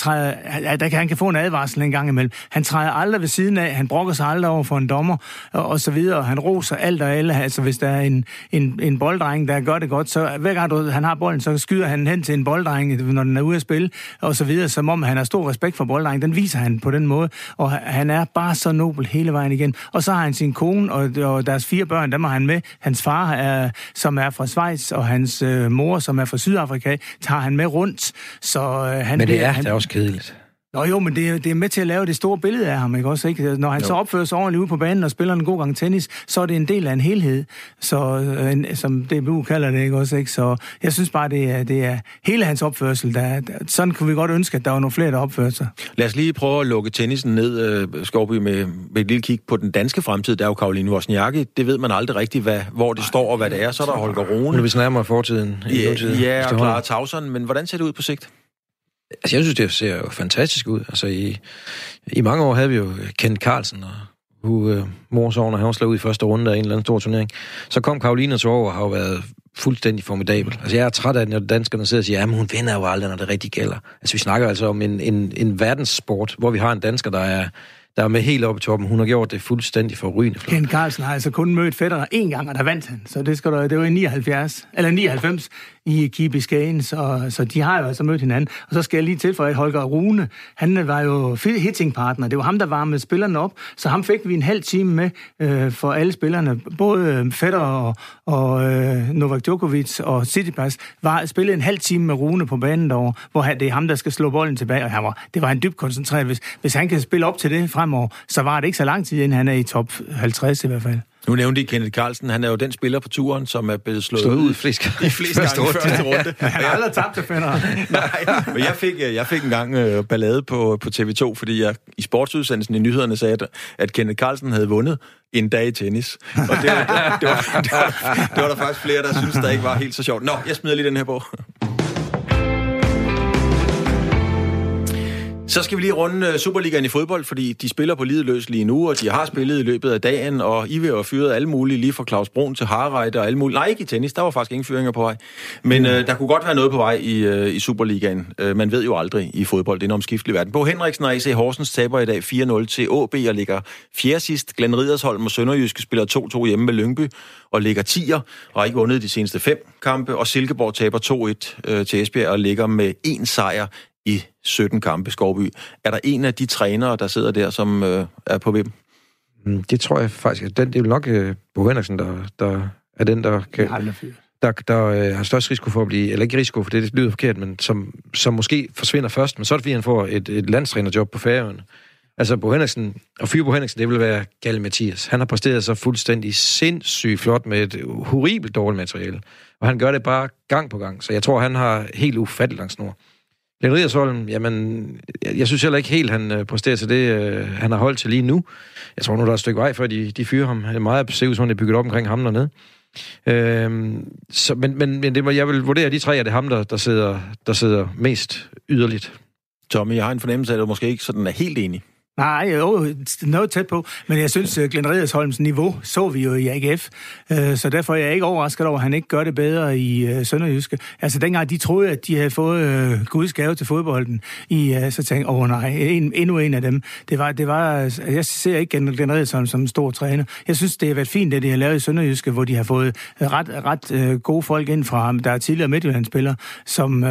kan få en advarsel en gang imellem. Han træder aldrig ved siden af. Han brokker sig aldrig over for en dommer, og så videre. Han roser alt og alle. Altså hvis der er en bolddreng, der gør det godt, så hver gang han har bolden, så skyder han hen til en bolddreng, når den er ude at spille, og så videre, som om han har stor respekt for bolddrengen. Den viser han på den måde. Og han er bare så nobel hele vejen igen. Og så har han sin kone og deres 4 børn, dem har han med. Hans far, som er fra Schweiz, og hans mor, som er fra Sydafrika, tager han med rundt. Så men det er også kedeligt. Nå jo, men det er med til at lave det store billede af ham, ikke også? Ikke? Når han så opfører sig ordentligt ude på banen og spiller en god gang tennis, så er det en del af en helhed, så, som DBU kalder det, ikke også? Ikke? Så jeg synes bare, det er hele hans opførsel. Sådan kunne vi godt ønske, at der var nogle flere, der opførte sig. Lad os lige prøve at lukke tennisen ned, Skovby, med et lille kig på den danske fremtid. Der er jo Caroline Wozniacki. Det ved man aldrig rigtigt, hvor det står og hvad det er. Så er der Holger Rune. Nu vi nærmer fortiden. Ja, og Clara Tauson. Men hvordan ser det ud på sigt? Altså, jeg synes, det ser jo fantastisk ud. Altså, i mange år havde vi jo Kent Carlsen og morsår, når han var slået ud i første runde af en eller anden stor turnering. Så kom Caroline til år og har jo været fuldstændig formidabel. Altså, jeg er træt af, når danskerne sidder og siger, jamen, hun vinder jo aldrig, når det rigtig gælder. Altså, vi snakker altså om en verdenssport, hvor vi har en dansker, der er med helt oppe i toppen. Hun har gjort det fuldstændig forrygende flot. Kent Carlsen har altså kun mødt Federer 1 gang, og der vandt han. Så det var i 99 i Key Biscayne, så de har jo altså mødt hinanden. Og så skal jeg lige tilføje, at Holger Rune, han var jo hittingpartner. Det var ham, der varmede spillerne op, så ham fik vi en halv time med for alle spillerne. Både Federer og Novak Djokovic og Tsitsipas spillede en halv time med Rune på banen derovre, hvor det er ham, der skal slå bolden tilbage. Og det var en dybt koncentreret. Hvis han kan spille op til det fremover, så var det ikke så lang tid, inden han er i top 50 i hvert fald. Nu nævnte I Kenneth Carlsen. Han er jo den spiller på turen, som er blevet slået ud i flest gange i første runde. Han har aldrig tabt til Federer. Nej, men jeg fik en gang ballade på TV2, fordi jeg i sportsudsendelsen i nyhederne sagde, at Kenneth Carlsen havde vundet en dag i tennis. Og det var der faktisk flere, der synes der ikke var helt så sjovt. Nå, jeg smider lige den her på. Så skal vi lige runde Superligaen i fodbold, fordi de spiller på livet løs lige nu, og de har spillet i løbet af dagen, og I vil jo fyret alle mulige, lige fra Claus Brun til Harreide og alle mulige. Nej, ikke i tennis, der var faktisk ingen fyringer på vej. Men der kunne godt være noget på vej i Superligaen. Man ved jo aldrig i fodbold, det er en omskiftelig verden. Bo Henriksen og AC Horsens taber i dag 4-0 til AB og ligger 4. sidst. Glenn Ridersholm og Sønderjyske spiller 2-2 hjemme med Lyngby og ligger 10'er og har ikke vundet de seneste 5 kampe. Og Silkeborg taber 2-1 til Esbjerg og ligger med 1 sejr i 17 kampe. Skovby. Er der en af de trænere, der sidder der, som er på vippen? Det tror jeg faktisk. Det er nok Bo Henriksen, der er den, der har størst risiko for at blive, eller ikke risiko, for det lyder forkert, men som måske forsvinder først, men så er det fordi, han får et landstrænerjob på Færøerne. Altså Bo Henriksen, og fyre Bo Henriksen, det vil være Galle Mathias. Han har præsteret sig fuldstændig sindssygt flot med et horribelt dårligt materiale. Og han gør det bare gang på gang, så jeg tror, han har helt ufatteligt lang snor. Glenn Ridersholm, jamen, jeg synes heller ikke helt, han præsterer til det, han har holdt til lige nu. Jeg tror nu, der er et stykke vej, før de fyrer ham. Det er meget ser ud som, det er bygget op omkring ham dernede. Men det, jeg vil vurdere, de 3 er det ham, der sidder mest yderligt. Tommy, jeg har en fornemmelse af, at du måske ikke sådan er helt enig. Nej, noget tæt på, men jeg synes, Glenn Riddersholms niveau så vi jo i AGF, så derfor er jeg ikke overrasket over, at han ikke gør det bedre i Sønderjyske. Altså dengang de troede, at de havde fået Guds gave til fodbolden, så tænkte jeg, nej, endnu en af dem. Det var, jeg ser ikke Glenn Riddersholm som en stor træner. Jeg synes, det har været fint, det de har lavet i Sønderjyske, hvor de har fået ret gode folk ind fra ham. Der er tidligere Midtjyllandsspillere, som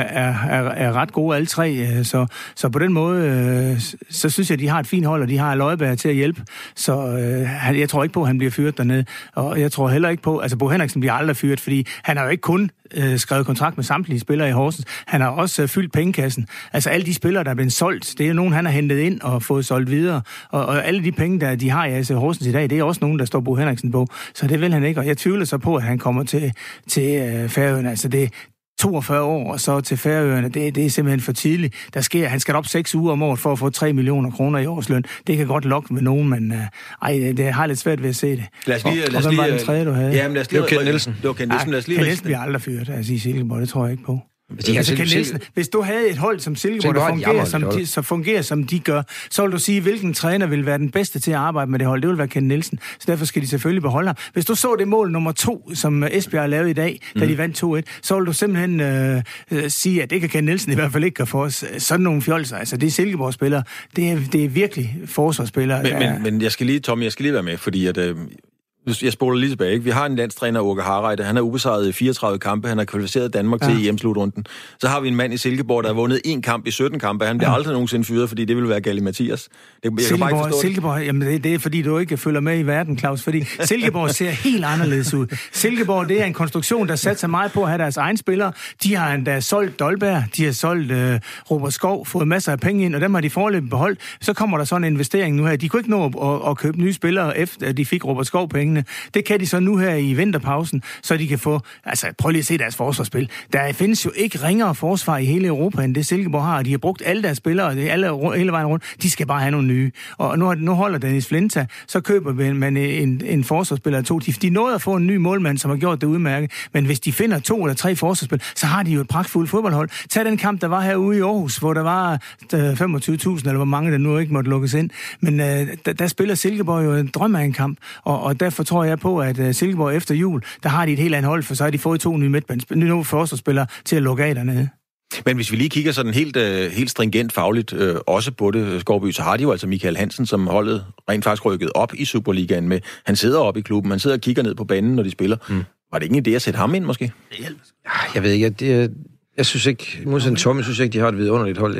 er ret gode alle tre, så på den måde, så synes jeg, de har et fint hold, og de har Løjberg til at hjælpe, så jeg tror ikke på, at han bliver fyret dernede, og jeg tror heller ikke på, altså Bo Henriksen bliver aldrig fyret, fordi han har jo ikke kun skrevet kontrakt med samtlige spillere i Horsens, han har også fyldt pengekassen. Altså alle de spillere, der er blevet solgt, det er nogen, han har hentet ind og fået solgt videre, og alle de penge, der de har i AC Horsens i dag, det er også nogen, der står Bo Henriksen på, så det vil han ikke, og jeg tvivler så på, at han kommer til Færøerne, altså det 42 år, og så til Færøerne, det er simpelthen for tidligt. Han skal op 6 uger om året for at få 3 millioner kroner i årsløn. Det kan godt lokke med nogen, men det har lidt svært ved at se det. Hvem var den tredje, du havde? Jamen, det var Ken Nielsen. Ken Nielsen bliver aldrig fyret, altså i Silkeborg, det tror jeg ikke på. Hvis du havde et hold som Silkeborg, der fungerer som de gør, så vil du sige, hvilken træner vil være den bedste til at arbejde med det hold. Det vil være Ken Nielsen. Så derfor skal de selvfølgelig beholde ham. Hvis du så det mål nummer 2, som Esbjerg lavede i dag, da de vandt 2-1, så vil du simpelthen sige, at det kan Ken Nielsen i hvert fald ikke gøre for os. Sådan nogle fjolser. Altså, det er Silkeborg-spillere. Det er virkelig forsvarsspillere. Men jeg skal lige være med, fordi at jeg spoler lige tilbage. Ikke? Vi har en landstræner, Åke Harreide. Han er ubesejret i 34 kampe. Han har kvalificeret Danmark til EM-slutrunden. Så har vi en mand i Silkeborg, der har vundet 1 kamp i 17 kampe. Han bliver aldrig nogensinde fyret, fordi det vil være Galli Mathias. Silkeborg, jamen det er fordi, du ikke følger med i verden, Claus. Fordi Silkeborg ser helt anderledes ud. Silkeborg, det er en konstruktion, der satser meget på at have deres egen spillere. De har endda solgt Dolberg, de har solgt Robert Skov, fået masser af penge ind, og dem har de foreløbig beholdt. Så kommer der sådan en investering nu her. De kunne ikke nå at købe nye spillere, efter de fik Robert Skov penge. Det kan de så nu her i vinterpausen, så de kan få, altså prøv lige at se deres forsvarsspil. Der findes jo ikke ringere forsvar i hele Europa, end det Silkeborg har, og de har brugt alle deres spillere, hele vejen rundt. De skal bare have nogle nye. Og nu holder Dennis Flinta, så køber man en forsvarsspiller eller 2. De nåede at få en ny målmand, som har gjort det udmærket, men hvis de finder 2 eller 3 forsvarsspil, så har de jo et pragtfuldt fodboldhold. Tag den kamp, der var herude i Aarhus, hvor der var 25.000, eller hvor mange der nu ikke måtte lukkes ind. Men der spiller Silkeborg jo en drøm af en kamp, og derfor tror jeg på, at Silkeborg efter jul, der har de et helt andet hold, for så har de fået 2 nye forsvarsspillere til at lukke af dernede. Men hvis vi lige kigger sådan helt stringent fagligt, også på det, Skovby, så har de jo altså Michael Hansen, som holdet rent faktisk rykket op i Superligaen med. Han sidder oppe i klubben, han sidder og kigger ned på banen, når de spiller. Var det ikke en idé at sætte ham ind, måske? Jeg ved ikke, jeg synes ikke, modsat Tommy, synes jeg ikke, de har et vidunderligt hold.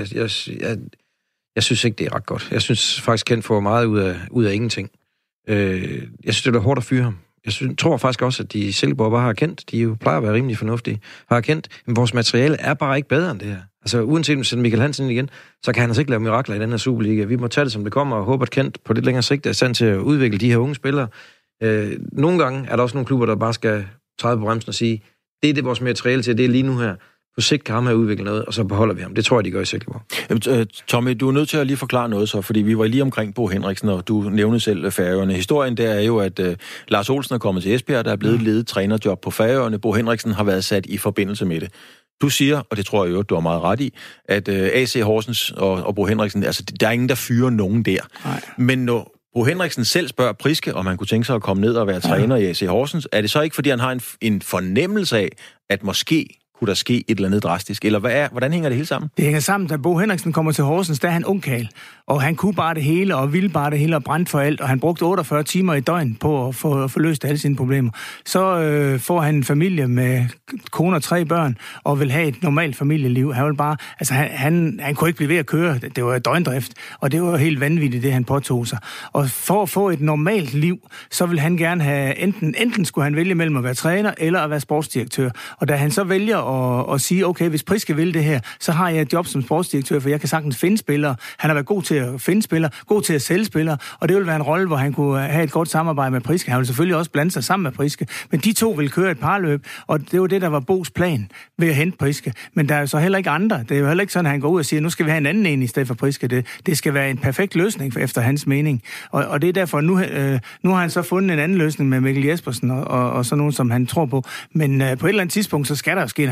Jeg synes ikke, det er ret godt. Jeg synes faktisk, Kent får meget ud af ingenting. Jeg synes, det er hårdt at fyre ham. Tror faktisk også, at de i Silkeborg bare har kendt, de jo plejer at være rimelig fornuftige, har kendt, men vores materiale er bare ikke bedre end det her. Altså uanset om vi sætter Michael Hansen igen, så kan han altså ikke lave mirakler i den her Superliga. Vi må tage det, som det kommer, og håbe, at Kent på lidt længere sigt er i stand til at udvikle de her unge spillere. Nogle gange er der også nogle klubber, der bare skal træde på bremsen og sige, det er det vores materiale til, det er lige nu her. På sigt kan ham have udviklet noget, og så beholder vi ham. Det tror jeg, de gør i Silkeborg. Tommy, du er nødt til at lige forklare noget så, fordi vi var lige omkring Bo Henriksen, og du nævnte selv Færøerne. Historien der er jo, at Lars Olsen er kommet til Esbjerg, der er blevet ledet trænerjob på Færøerne. Bo Henriksen har været sat i forbindelse med det. Du siger, og det tror jeg jo, du har meget ret i, at AC Horsens og Bo Henriksen, altså der er ingen, der fyrer nogen der. Nej. Men når Bo Henriksen selv spørger Priske, om han kunne tænke sig at komme ned og være træner i AC Horsens, er det så ikke, fordi han har en fornemmelse af, at måske kunne der ske et eller andet drastisk? Eller hvordan hænger det hele sammen? Det hænger sammen, da Bo Henriksen kommer til Horsens, der er han ungkarl. Og han kunne bare det hele, og ville bare det hele, og brændte for alt. Og han brugte 48 timer i døgn på at få løst alle sine problemer. Så får han en familie med kone og 3 børn, og vil have et normalt familieliv. Han vil bare, altså han kunne ikke blive ved at køre. Det var døgndrift, og det var helt vanvittigt, det han påtog sig. Og for at få et normalt liv, så vil han gerne have, enten skulle han vælge mellem at være træner, eller at være sportsdirektør. Og da han så vælger at sige, okay, hvis Priske vil det her, så har jeg et job som sportsdirektør, for jeg kan sagtens finde spillere. Han har været god til at finde spillere, god til at sælge spillere, og det vil være en rolle, hvor han kunne have et godt samarbejde med Priske. Han vil selvfølgelig også blande sig sammen med Priske, men de 2 vil køre et parløb, og det var det, der var Bos plan ved at hente Priske. Men der er jo så heller ikke andre. Det er jo heller ikke sådan, at han går ud og siger, nu skal vi have en anden en i stedet for Priske. Det skal være en perfekt løsning efter hans mening. Og det er derfor, nu har han så fundet en anden løsning med Mikkel Jespersen og sådan nogen, som han tror på. Men på et eller andet tidspunkt, så skal der jo ske, han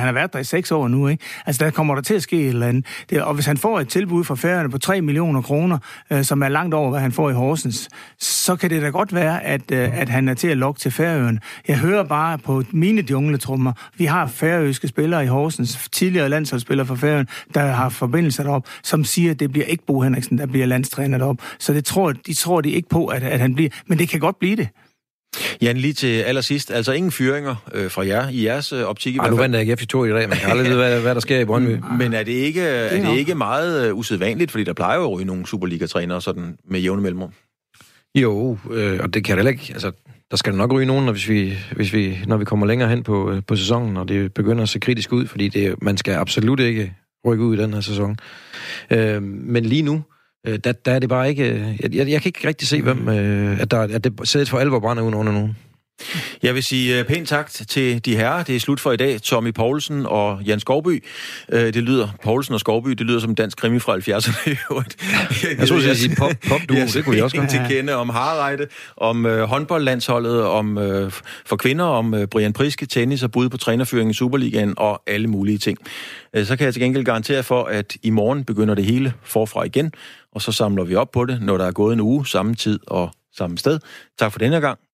har været der i 6 år nu, ikke? Altså, der kommer der til at ske et eller andet. Og hvis han får et tilbud fra Færøerne på 3 millioner kroner, som er langt over, hvad han får i Horsens, så kan det da godt være, at han er til at lokke til Færøerne. Jeg hører bare på mine jungletrummer, vi har færøske spillere i Horsens, tidligere landsholdsspillere fra Færøerne, der har forbindelser derop, som siger, at det bliver ikke Bo Henriksen, der bliver landstræner derop. Så de tror de ikke på, at han bliver. Men det kan godt blive det. Jan, lige til allersidst, altså ingen fyringer fra jer i jeres optik i hvert fald. Nu vandt jeg ikke F2 i dag, man kan aldrig vide, hvad der sker i Brøndby. Men er det ikke meget usædvanligt, fordi der plejer jo at ryge nogle Superliga-trænere sådan med jævne mellemrum? Jo, og det kan det ikke. Altså, der skal nok ryge nogen, når vi kommer længere hen på sæsonen, og det begynder at se kritisk ud, fordi man skal absolut ikke rykke ud i den her sæson. Men lige nu, der er det bare ikke... Jeg kan ikke rigtig se, at det sædet for alvor brænder ud under nogen. Jeg vil sige pænt tak til de herrer. Det er slut for i dag. Tommy Poulsen og Jan Skovby. Det lyder Poulsen og Skovby. Det lyder som en dansk krimi fra 70'erne. Jeg tror, jeg sige pop-duo. Det kunne jeg også godt. Til kende om Harreide, om håndboldlandsholdet, om for kvinder, om Brian Priske, tennis og bud på trænerføring i Superligaen og alle mulige ting. Så kan jeg til gengæld garantere for, at i morgen begynder det hele forfra igen, og så samler vi op på det, når der er gået en uge, samme tid og samme sted. Tak for denne gang.